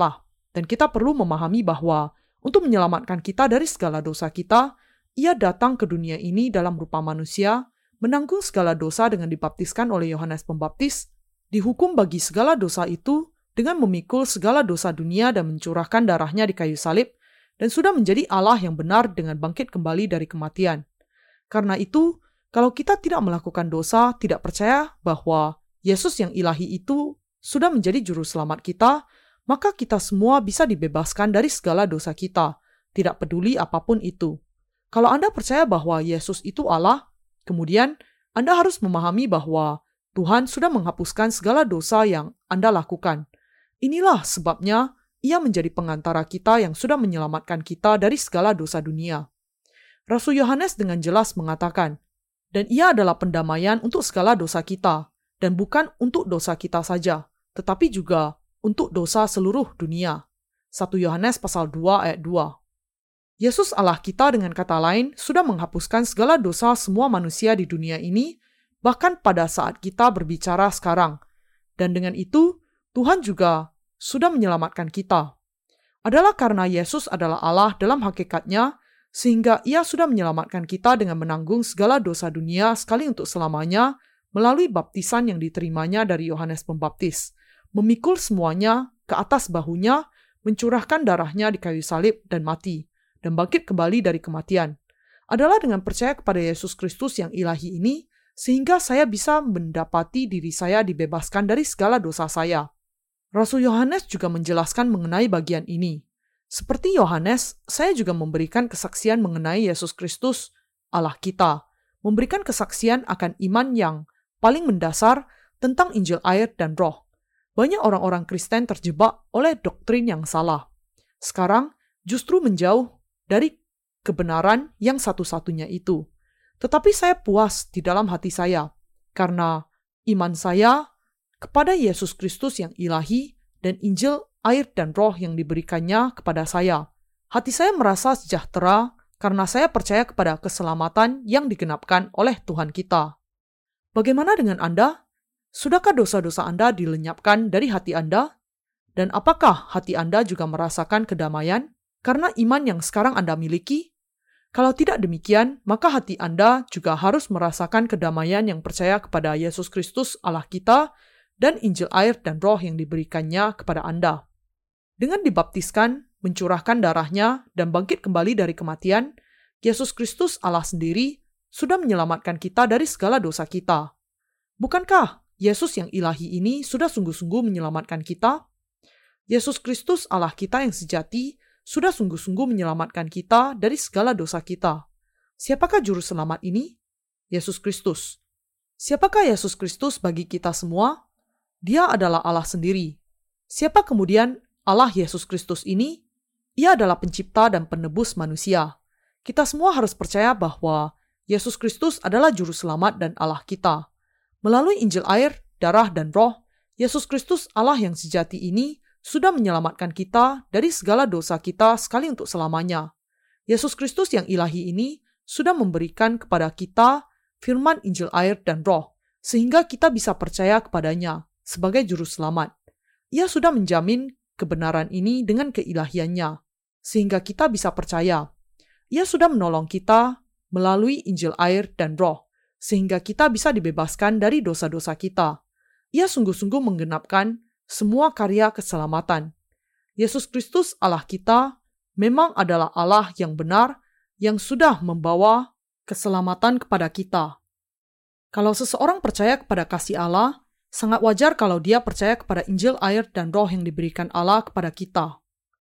Dan kita perlu memahami bahwa untuk menyelamatkan kita dari segala dosa kita, Ia datang ke dunia ini dalam rupa manusia, menanggung segala dosa dengan dibaptiskan oleh Yohanes Pembaptis, dihukum bagi segala dosa itu dengan memikul segala dosa dunia dan mencurahkan darahnya di kayu salib, dan sudah menjadi Allah yang benar dengan bangkit kembali dari kematian. Karena itu, kalau kita tidak melakukan dosa, tidak percaya bahwa Yesus yang ilahi itu sudah menjadi juru selamat kita, maka kita semua bisa dibebaskan dari segala dosa kita, tidak peduli apapun itu. Kalau Anda percaya bahwa Yesus itu Allah, kemudian Anda harus memahami bahwa Tuhan sudah menghapuskan segala dosa yang Anda lakukan. Inilah sebabnya Ia menjadi pengantara kita yang sudah menyelamatkan kita dari segala dosa dunia. Rasul Yohanes dengan jelas mengatakan, dan Ia adalah pendamaian untuk segala dosa kita, dan bukan untuk dosa kita saja, tetapi juga untuk dosa seluruh dunia. satu Yohanes pasal dua ayat dua. Yesus Allah kita dengan kata lain sudah menghapuskan segala dosa semua manusia di dunia ini, bahkan pada saat kita berbicara sekarang. Dan dengan itu, Tuhan juga sudah menyelamatkan kita. Adalah karena Yesus adalah Allah dalam hakikatnya, sehingga Ia sudah menyelamatkan kita dengan menanggung segala dosa dunia sekali untuk selamanya melalui baptisan yang diterimanya dari Yohanes Pembaptis, memikul semuanya ke atas bahunya, mencurahkan darahnya di kayu salib dan mati, dan bangkit kembali dari kematian. Adalah dengan percaya kepada Yesus Kristus yang ilahi ini, sehingga saya bisa mendapati diri saya dibebaskan dari segala dosa saya. Rasul Yohanes juga menjelaskan mengenai bagian ini. Seperti Yohanes, saya juga memberikan kesaksian mengenai Yesus Kristus, Allah kita, memberikan kesaksian akan iman yang paling mendasar tentang Injil air dan Roh. Banyak orang-orang Kristen terjebak oleh doktrin yang salah. Sekarang justru menjauh dari kebenaran yang satu-satunya itu. Tetapi saya puas di dalam hati saya, karena iman saya kepada Yesus Kristus yang ilahi dan Injil air dan Roh yang diberikannya kepada saya. Hati saya merasa sejahtera karena saya percaya kepada keselamatan yang digenapkan oleh Tuhan kita. Bagaimana dengan Anda? Sudahkah dosa-dosa Anda dilenyapkan dari hati Anda? Dan apakah hati Anda juga merasakan kedamaian karena iman yang sekarang Anda miliki? Kalau tidak demikian, maka hati Anda juga harus merasakan kedamaian yang percaya kepada Yesus Kristus Allah kita dan Injil air dan Roh yang diberikannya kepada Anda. Dengan dibaptiskan, mencurahkan darahnya, dan bangkit kembali dari kematian, Yesus Kristus Allah sendiri sudah menyelamatkan kita dari segala dosa kita. Bukankah Yesus yang ilahi ini sudah sungguh-sungguh menyelamatkan kita? Yesus Kristus Allah kita yang sejati sudah sungguh-sungguh menyelamatkan kita dari segala dosa kita. Siapakah juru selamat ini? Yesus Kristus. Siapakah Yesus Kristus bagi kita semua? Dia adalah Allah sendiri. Siapa kemudian Allah Yesus Kristus ini? Ia adalah pencipta dan penebus manusia. Kita semua harus percaya bahwa Yesus Kristus adalah juru selamat dan Allah kita. Melalui Injil air, darah, dan Roh, Yesus Kristus Allah yang sejati ini sudah menyelamatkan kita dari segala dosa kita sekali untuk selamanya. Yesus Kristus yang ilahi ini sudah memberikan kepada kita firman Injil air dan Roh, sehingga kita bisa percaya kepadanya sebagai juru selamat. Ia sudah menjamin kebenaran ini dengan keilahiannya, sehingga kita bisa percaya. Ia sudah menolong kita melalui Injil air dan Roh, sehingga kita bisa dibebaskan dari dosa-dosa kita. Ia sungguh-sungguh menggenapkan semua karya keselamatan. Yesus Kristus Allah kita memang adalah Allah yang benar yang sudah membawa keselamatan kepada kita. Kalau seseorang percaya kepada kasih Allah, sangat wajar kalau dia percaya kepada Injil air dan Roh yang diberikan Allah kepada kita.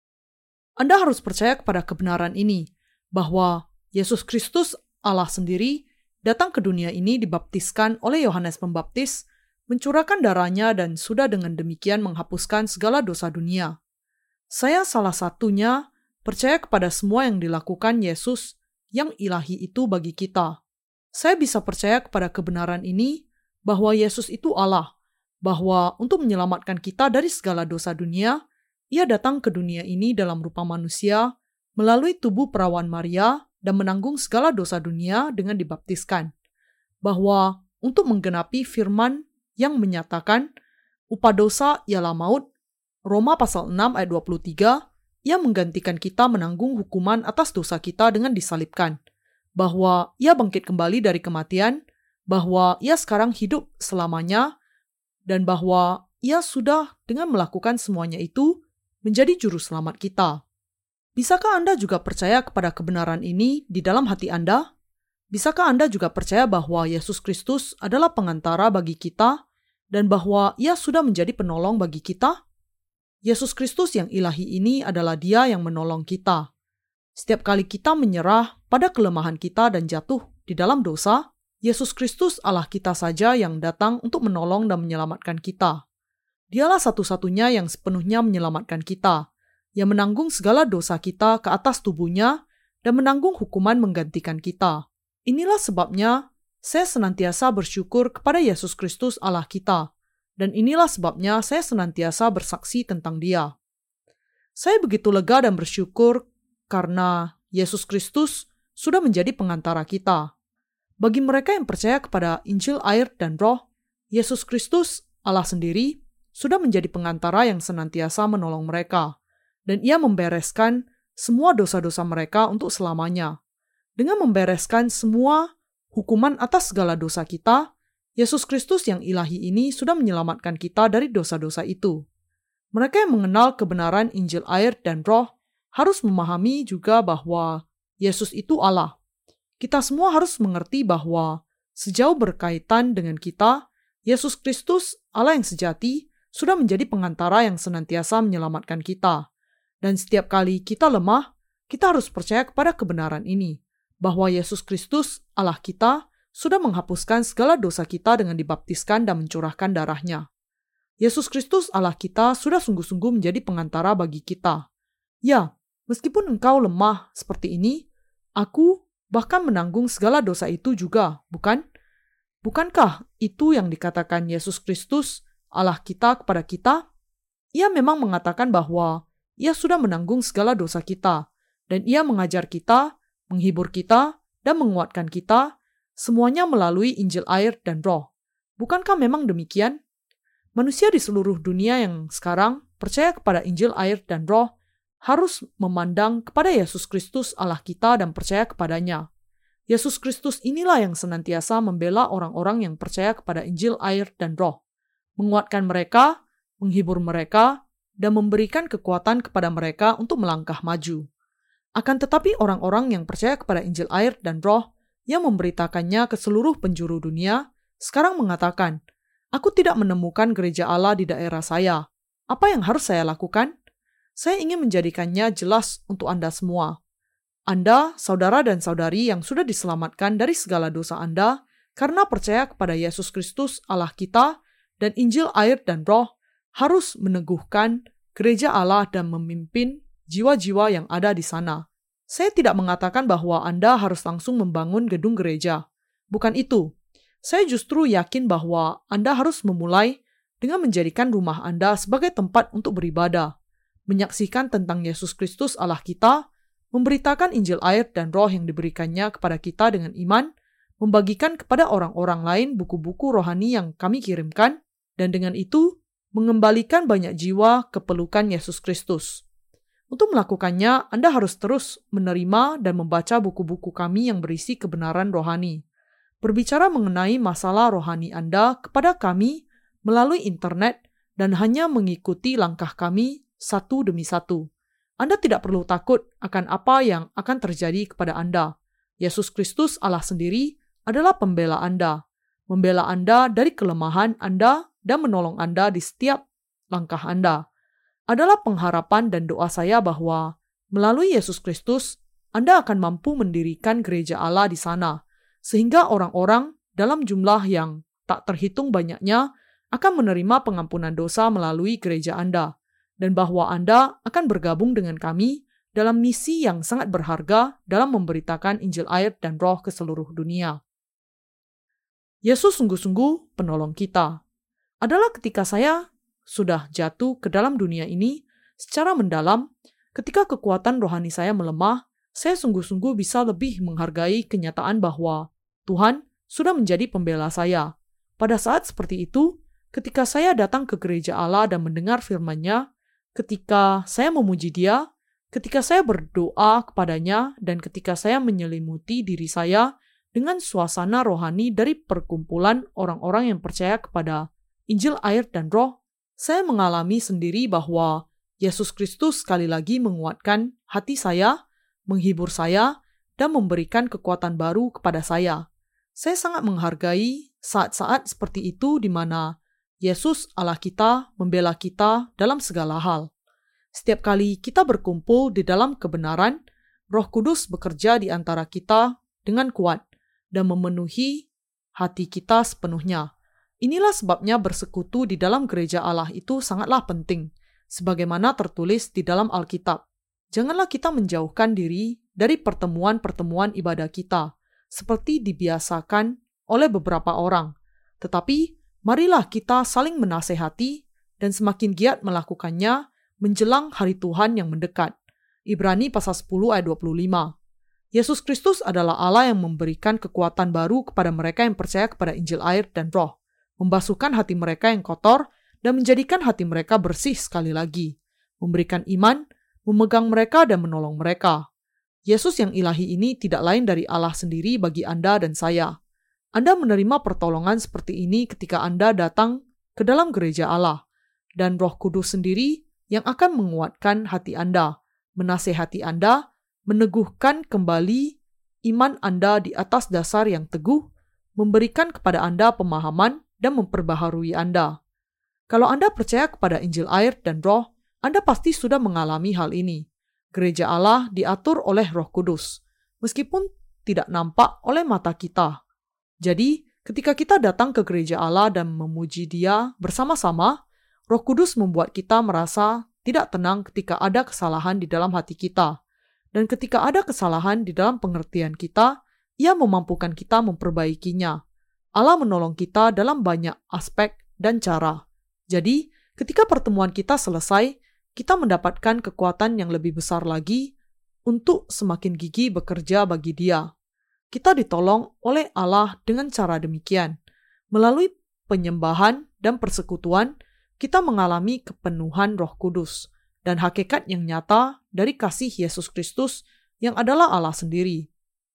Anda harus percaya kepada kebenaran ini, bahwa Yesus Kristus Allah sendiri datang ke dunia ini dibaptiskan oleh Yohanes Pembaptis, mencurahkan darahnya dan sudah dengan demikian menghapuskan segala dosa dunia. Saya salah satunya percaya kepada semua yang dilakukan Yesus yang ilahi itu bagi kita. Saya bisa percaya kepada kebenaran ini bahwa Yesus itu Allah, bahwa untuk menyelamatkan kita dari segala dosa dunia, Ia datang ke dunia ini dalam rupa manusia melalui tubuh perawan Maria dan menanggung segala dosa dunia dengan dibaptiskan. Bahwa untuk menggenapi firman yang menyatakan upah dosa ialah maut, Roma pasal enam ayat dua puluh tiga, Ia menggantikan kita menanggung hukuman atas dosa kita dengan disalibkan, bahwa Ia bangkit kembali dari kematian, bahwa Ia sekarang hidup selamanya, dan bahwa Ia sudah dengan melakukan semuanya itu menjadi juru selamat kita. Bisakah Anda juga percaya kepada kebenaran ini di dalam hati Anda? Bisakah Anda juga percaya bahwa Yesus Kristus adalah pengantara bagi kita dan bahwa Ia sudah menjadi penolong bagi kita? Yesus Kristus yang ilahi ini adalah Dia yang menolong kita. Setiap kali kita menyerah pada kelemahan kita dan jatuh di dalam dosa, Yesus Kristus Allah kita saja yang datang untuk menolong dan menyelamatkan kita. Dialah satu-satunya yang sepenuhnya menyelamatkan kita, yang menanggung segala dosa kita ke atas tubuhnya dan menanggung hukuman menggantikan kita. Inilah sebabnya saya senantiasa bersyukur kepada Yesus Kristus Allah kita, dan inilah sebabnya saya senantiasa bersaksi tentang Dia. Saya begitu lega dan bersyukur karena Yesus Kristus sudah menjadi pengantara kita. Bagi mereka yang percaya kepada Injil air dan Roh, Yesus Kristus Allah sendiri sudah menjadi pengantara yang senantiasa menolong mereka, dan Ia membereskan semua dosa-dosa mereka untuk selamanya. Dengan membereskan semua hukuman atas segala dosa kita, Yesus Kristus yang ilahi ini sudah menyelamatkan kita dari dosa-dosa itu. Mereka yang mengenal kebenaran Injil air dan Roh harus memahami juga bahwa Yesus itu Allah. Kita semua harus mengerti bahwa sejauh berkaitan dengan kita, Yesus Kristus, Allah yang sejati, sudah menjadi pengantara yang senantiasa menyelamatkan kita. Dan setiap kali kita lemah, kita harus percaya kepada kebenaran ini, bahwa Yesus Kristus, Allah kita, sudah menghapuskan segala dosa kita dengan dibaptiskan dan mencurahkan darahnya. Yesus Kristus Allah kita sudah sungguh-sungguh menjadi pengantara bagi kita. Ya, meskipun engkau lemah seperti ini, aku bahkan menanggung segala dosa itu juga, bukan? Bukankah itu yang dikatakan Yesus Kristus Allah kita kepada kita? Ia memang mengatakan bahwa Ia sudah menanggung segala dosa kita, dan Ia mengajar kita, menghibur kita, dan menguatkan kita, semuanya melalui Injil air dan Roh. Bukankah memang demikian? Manusia di seluruh dunia yang sekarang percaya kepada Injil air dan Roh harus memandang kepada Yesus Kristus Allah kita dan percaya kepadanya. Yesus Kristus inilah yang senantiasa membela orang-orang yang percaya kepada Injil air dan Roh, menguatkan mereka, menghibur mereka, dan memberikan kekuatan kepada mereka untuk melangkah maju. Akan tetapi orang-orang yang percaya kepada Injil air dan Roh yang memberitakannya ke seluruh penjuru dunia, sekarang mengatakan, "Aku tidak menemukan gereja Allah di daerah saya. Apa yang harus saya lakukan? Saya ingin menjadikannya jelas untuk Anda semua. Anda, saudara dan saudari yang sudah diselamatkan dari segala dosa Anda, karena percaya kepada Yesus Kristus Allah kita dan Injil air dan Roh, harus meneguhkan gereja Allah dan memimpin jiwa-jiwa yang ada di sana. Saya tidak mengatakan bahwa Anda harus langsung membangun gedung gereja. Bukan itu. Saya justru yakin bahwa Anda harus memulai dengan menjadikan rumah Anda sebagai tempat untuk beribadah, menyaksikan tentang Yesus Kristus Allah kita, memberitakan Injil air dan Roh yang diberikannya kepada kita dengan iman, membagikan kepada orang-orang lain buku-buku rohani yang kami kirimkan, dan dengan itu mengembalikan banyak jiwa ke pelukan Yesus Kristus. Untuk melakukannya, Anda harus terus menerima dan membaca buku-buku kami yang berisi kebenaran rohani. Berbicara mengenai masalah rohani Anda kepada kami melalui internet dan hanya mengikuti langkah kami satu demi satu. Anda tidak perlu takut akan apa yang akan terjadi kepada Anda. Yesus Kristus Allah sendiri adalah pembela Anda, membela Anda dari kelemahan Anda dan menolong Anda di setiap langkah Anda. Adalah pengharapan dan doa saya bahwa melalui Yesus Kristus, Anda akan mampu mendirikan gereja Allah di sana, sehingga orang-orang dalam jumlah yang tak terhitung banyaknya akan menerima pengampunan dosa melalui gereja Anda, dan bahwa Anda akan bergabung dengan kami dalam misi yang sangat berharga dalam memberitakan Injil air dan Roh ke seluruh dunia. Yesus sungguh-sungguh penolong kita. Adalah ketika saya sudah jatuh ke dalam dunia ini secara mendalam, ketika kekuatan rohani saya melemah, saya sungguh-sungguh bisa lebih menghargai kenyataan bahwa Tuhan sudah menjadi pembela saya. Pada saat seperti itu, ketika saya datang ke gereja Allah dan mendengar firman-Nya, ketika saya memuji Dia, ketika saya berdoa kepadanya, dan ketika saya menyelimuti diri saya dengan suasana rohani dari perkumpulan orang-orang yang percaya kepada Injil, air, dan Roh, saya mengalami sendiri bahwa Yesus Kristus sekali lagi menguatkan hati saya, menghibur saya, dan memberikan kekuatan baru kepada saya. Saya sangat menghargai saat-saat seperti itu di mana Yesus Allah kita membela kita dalam segala hal. Setiap kali kita berkumpul di dalam kebenaran, Roh Kudus bekerja di antara kita dengan kuat dan memenuhi hati kita sepenuhnya. Inilah sebabnya bersekutu di dalam gereja Allah itu sangatlah penting, sebagaimana tertulis di dalam Alkitab. Janganlah kita menjauhkan diri dari pertemuan-pertemuan ibadah kita, seperti dibiasakan oleh beberapa orang. Tetapi, marilah kita saling menasehati dan semakin giat melakukannya menjelang hari Tuhan yang mendekat. Ibrani pasal sepuluh ayat dua puluh lima. Yesus Kristus adalah Allah yang memberikan kekuatan baru kepada mereka yang percaya kepada Injil, air, dan Roh, membasuhkan hati mereka yang kotor dan menjadikan hati mereka bersih sekali lagi, memberikan iman, memegang mereka dan menolong mereka. Yesus yang ilahi ini tidak lain dari Allah sendiri bagi Anda dan saya. Anda menerima pertolongan seperti ini ketika Anda datang ke dalam gereja Allah, dan Roh Kudus sendiri yang akan menguatkan hati Anda, menasehati Anda, meneguhkan kembali iman Anda di atas dasar yang teguh, memberikan kepada Anda pemahaman dan memperbaharui Anda. Kalau Anda percaya kepada Injil, air, dan Roh, Anda pasti sudah mengalami hal ini. Gereja Allah diatur oleh Roh Kudus, meskipun tidak nampak oleh mata kita. Jadi, ketika kita datang ke gereja Allah dan memuji Dia bersama-sama, Roh Kudus membuat kita merasa tidak tenang ketika ada kesalahan di dalam hati kita. Dan ketika ada kesalahan di dalam pengertian kita, Ia memampukan kita memperbaikinya. Allah menolong kita dalam banyak aspek dan cara. Jadi, ketika pertemuan kita selesai, kita mendapatkan kekuatan yang lebih besar lagi untuk semakin gigih bekerja bagi Dia. Kita ditolong oleh Allah dengan cara demikian. Melalui penyembahan dan persekutuan, kita mengalami kepenuhan Roh Kudus dan hakikat yang nyata dari kasih Yesus Kristus yang adalah Allah sendiri.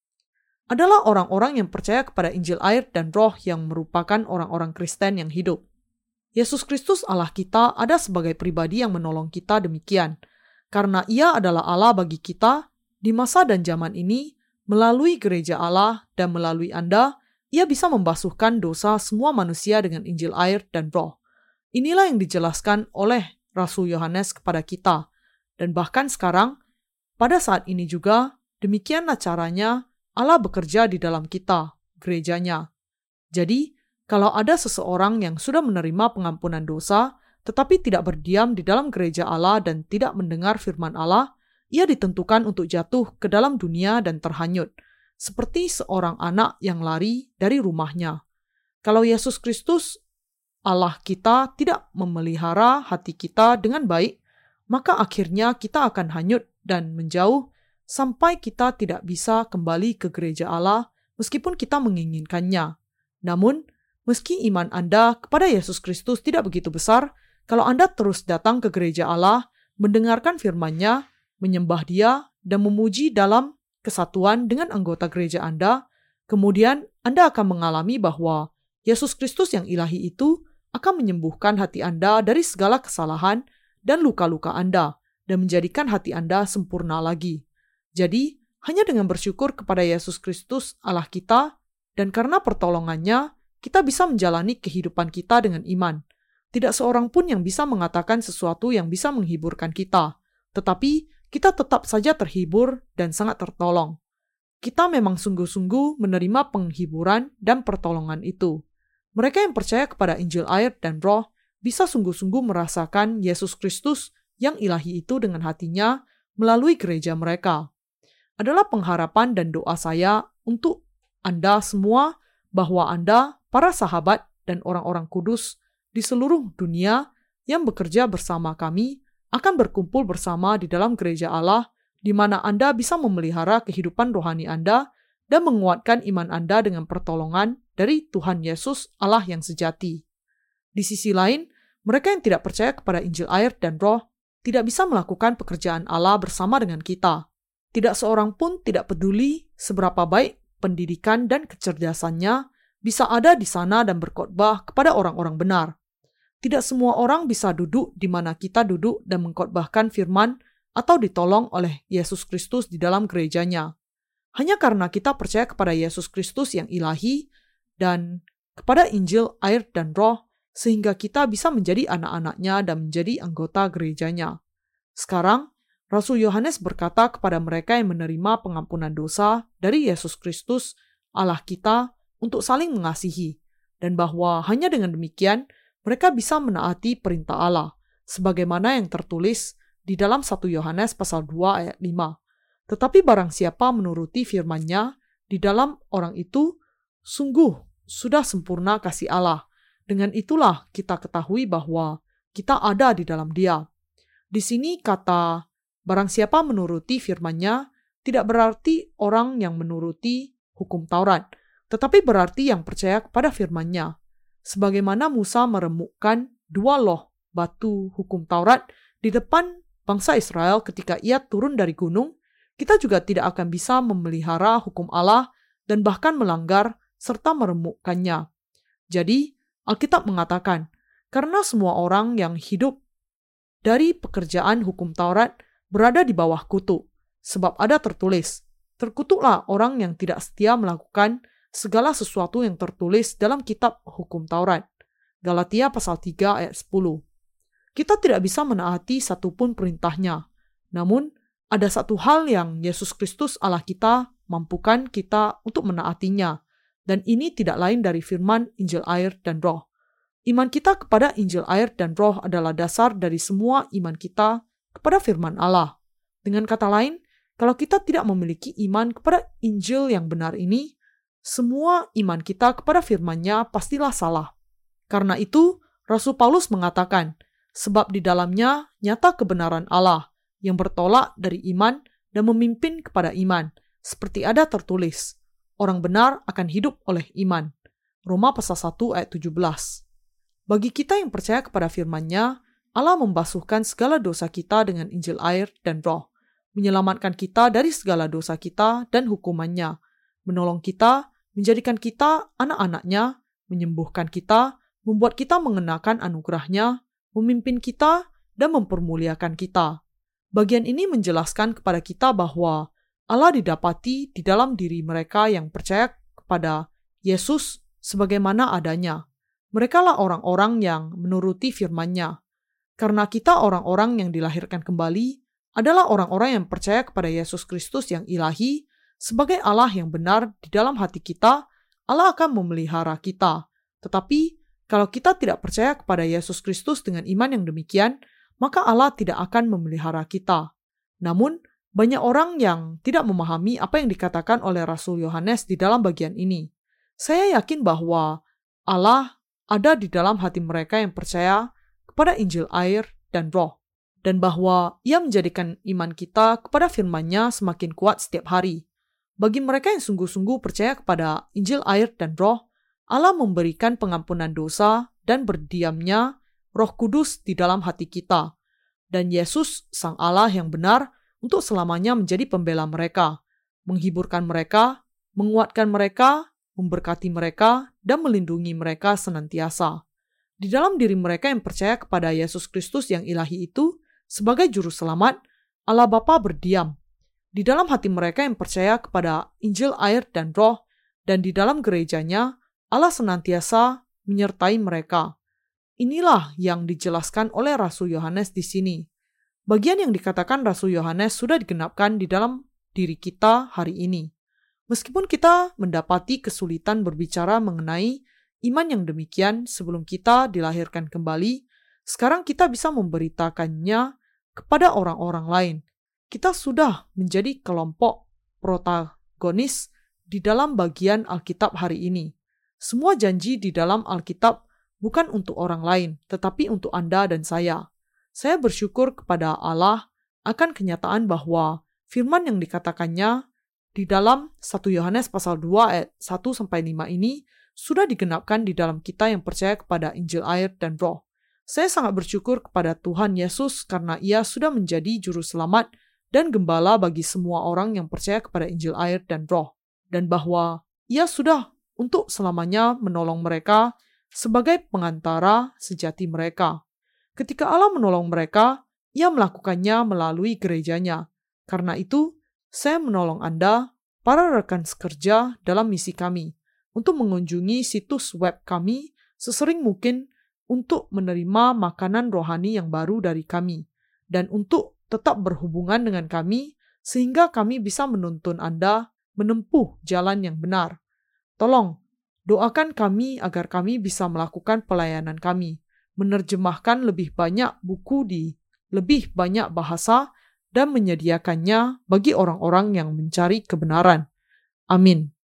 Adalah orang-orang yang percaya kepada Injil, air, dan Roh yang merupakan orang-orang Kristen yang hidup. Yesus Kristus Allah kita ada sebagai pribadi yang menolong kita demikian, karena Ia adalah Allah bagi kita di masa dan zaman ini. Melalui gereja Allah dan melalui Anda, Ia bisa membasuhkan dosa semua manusia dengan Injil, air, dan Roh. Inilah yang dijelaskan oleh Rasul Yohanes kepada kita. Dan bahkan sekarang, pada saat ini juga, demikianlah caranya Allah bekerja di dalam kita, gerejanya. Jadi, kalau ada seseorang yang sudah menerima pengampunan dosa, tetapi tidak berdiam di dalam gereja Allah dan tidak mendengar firman Allah, ia ditentukan untuk jatuh ke dalam dunia dan terhanyut, seperti seorang anak yang lari dari rumahnya. Kalau Yesus Kristus, Allah kita, tidak memelihara hati kita dengan baik, maka akhirnya kita akan hanyut dan menjauh sampai kita tidak bisa kembali ke gereja Allah meskipun kita menginginkannya. Namun, meski iman Anda kepada Yesus Kristus tidak begitu besar, kalau Anda terus datang ke gereja Allah, mendengarkan firman-Nya, menyembah Dia, dan memuji dalam kesatuan dengan anggota gereja Anda, kemudian Anda akan mengalami bahwa Yesus Kristus yang ilahi itu akan menyembuhkan hati Anda dari segala kesalahan dan luka-luka Anda, dan menjadikan hati Anda sempurna lagi. Jadi, hanya dengan bersyukur kepada Yesus Kristus Allah kita, dan karena pertolongannya, kita bisa menjalani kehidupan kita dengan iman. Tidak seorang pun yang bisa mengatakan sesuatu yang bisa menghiburkan kita, tetapi kita tetap saja terhibur dan sangat tertolong. Kita memang sungguh-sungguh menerima penghiburan dan pertolongan itu. Mereka yang percaya kepada Injil, air, dan Roh bisa sungguh-sungguh merasakan Yesus Kristus yang ilahi itu dengan hatinya melalui gereja mereka. Adalah pengharapan dan doa saya untuk Anda semua bahwa Anda, para sahabat dan orang-orang kudus di seluruh dunia yang bekerja bersama kami, akan berkumpul bersama di dalam gereja Allah, di mana Anda bisa memelihara kehidupan rohani Anda dan menguatkan iman Anda dengan pertolongan dari Tuhan Yesus Allah yang sejati. Di sisi lain, mereka yang tidak percaya kepada Injil, air, dan Roh tidak bisa melakukan pekerjaan Allah bersama dengan kita. Tidak seorang pun tidak peduli seberapa baik pendidikan dan kecerdasannya bisa ada di sana dan berkhotbah kepada orang-orang benar. Tidak semua orang bisa duduk di mana kita duduk dan mengkhotbahkan firman atau ditolong oleh Yesus Kristus di dalam gerejanya. Hanya karena kita percaya kepada Yesus Kristus yang ilahi dan kepada Injil, air, dan roh, sehingga kita bisa menjadi anak-anaknya dan menjadi anggota gerejanya. Sekarang, Rasul Yohanes berkata kepada mereka yang menerima pengampunan dosa dari Yesus Kristus, Allah kita, untuk saling mengasihi, dan bahwa hanya dengan demikian mereka bisa menaati perintah Allah, sebagaimana yang tertulis di dalam satu Yohanes pasal dua ayat lima. Tetapi barang siapa menuruti firman-Nya, di dalam orang itu sungguh sudah sempurna kasih Allah. Dengan itulah kita ketahui bahwa kita ada di dalam Dia. Di sini kata barang siapa menuruti firman-Nya tidak berarti orang yang menuruti hukum Taurat, tetapi berarti yang percaya kepada firman-Nya. Sebagaimana Musa meremukkan dua loh batu hukum Taurat di depan bangsa Israel ketika ia turun dari gunung, kita juga tidak akan bisa memelihara hukum Allah dan bahkan melanggar serta meremukkannya. Jadi, Alkitab mengatakan, karena semua orang yang hidup dari pekerjaan hukum Taurat berada di bawah kutuk, sebab ada tertulis, terkutuklah orang yang tidak setia melakukan segala sesuatu yang tertulis dalam kitab hukum Taurat. Galatia pasal tiga ayat sepuluh. Kita tidak bisa menaati satupun perintahnya. Namun, ada satu hal yang Yesus Kristus Allah kita mampukan kita untuk menaatinya. Dan ini tidak lain dari firman Injil air dan roh. Iman kita kepada Injil air dan roh adalah dasar dari semua iman kita kepada firman Allah. Dengan kata lain, kalau kita tidak memiliki iman kepada Injil yang benar ini, semua iman kita kepada firman-Nya pastilah salah. Karena itu, Rasul Paulus mengatakan, sebab di dalamnya nyata kebenaran Allah yang bertolak dari iman dan memimpin kepada iman, seperti ada tertulis, orang benar akan hidup oleh iman. Roma pasal satu ayat tujuh belas. Bagi kita yang percaya kepada firman-Nya, Allah membasuhkan segala dosa kita dengan Injil air dan roh, menyelamatkan kita dari segala dosa kita dan hukumannya, menolong kita, menjadikan kita anak-anaknya, menyembuhkan kita, membuat kita mengenakan anugerahnya, memimpin kita, dan mempermuliakan kita. Bagian ini menjelaskan kepada kita bahwa Allah didapati di dalam diri mereka yang percaya kepada Yesus sebagaimana adanya. Merekalah orang-orang yang menuruti firman-Nya. Karena kita orang-orang yang dilahirkan kembali adalah orang-orang yang percaya kepada Yesus Kristus yang ilahi, sebagai Allah yang benar di dalam hati kita, Allah akan memelihara kita. Tetapi, kalau kita tidak percaya kepada Yesus Kristus dengan iman yang demikian, maka Allah tidak akan memelihara kita. Namun, banyak orang yang tidak memahami apa yang dikatakan oleh Rasul Yohanes di dalam bagian ini. Saya yakin bahwa Allah ada di dalam hati mereka yang percaya kepada Injil air dan roh, dan bahwa Ia menjadikan iman kita kepada firman-Nya semakin kuat setiap hari. Bagi mereka yang sungguh-sungguh percaya kepada Injil air dan roh, Allah memberikan pengampunan dosa dan berdiamnya Roh Kudus di dalam hati kita. Dan Yesus, Sang Allah yang benar, untuk selamanya menjadi pembela mereka, menghiburkan mereka, menguatkan mereka, memberkati mereka, dan melindungi mereka senantiasa. Di dalam diri mereka yang percaya kepada Yesus Kristus yang ilahi itu, sebagai juru selamat, Allah Bapa berdiam. Di dalam hati mereka yang percaya kepada Injil air dan roh, dan di dalam gerejanya, Allah senantiasa menyertai mereka. Inilah yang dijelaskan oleh Rasul Yohanes di sini. Bagian yang dikatakan Rasul Yohanes sudah digenapkan di dalam diri kita hari ini. Meskipun kita mendapati kesulitan berbicara mengenai iman yang demikian sebelum kita dilahirkan kembali, sekarang kita bisa memberitakannya kepada orang-orang lain. Kita sudah menjadi kelompok protagonis di dalam bagian Alkitab hari ini. Semua janji di dalam Alkitab bukan untuk orang lain, tetapi untuk Anda dan saya. Saya bersyukur kepada Allah akan kenyataan bahwa firman yang dikatakannya di dalam satu Yohanes pasal dua ayat satu sampai lima ini sudah digenapkan di dalam kita yang percaya kepada Injil air dan roh. Saya sangat bersyukur kepada Tuhan Yesus karena Ia sudah menjadi juru selamat dan gembala bagi semua orang yang percaya kepada Injil air dan Roh, dan bahwa Ia sudah untuk selamanya menolong mereka sebagai pengantara sejati mereka. Ketika Allah menolong mereka, Ia melakukannya melalui gerejanya. Karena itu, saya menolong Anda, para rekan sekerja dalam misi kami, untuk mengunjungi situs web kami sesering mungkin untuk menerima makanan rohani yang baru dari kami, dan untuk tetap berhubungan dengan kami sehingga kami bisa menuntun Anda menempuh jalan yang benar. Tolong, doakan kami agar kami bisa melakukan pelayanan kami, menerjemahkan lebih banyak buku di lebih banyak bahasa, dan menyediakannya bagi orang-orang yang mencari kebenaran. Amin.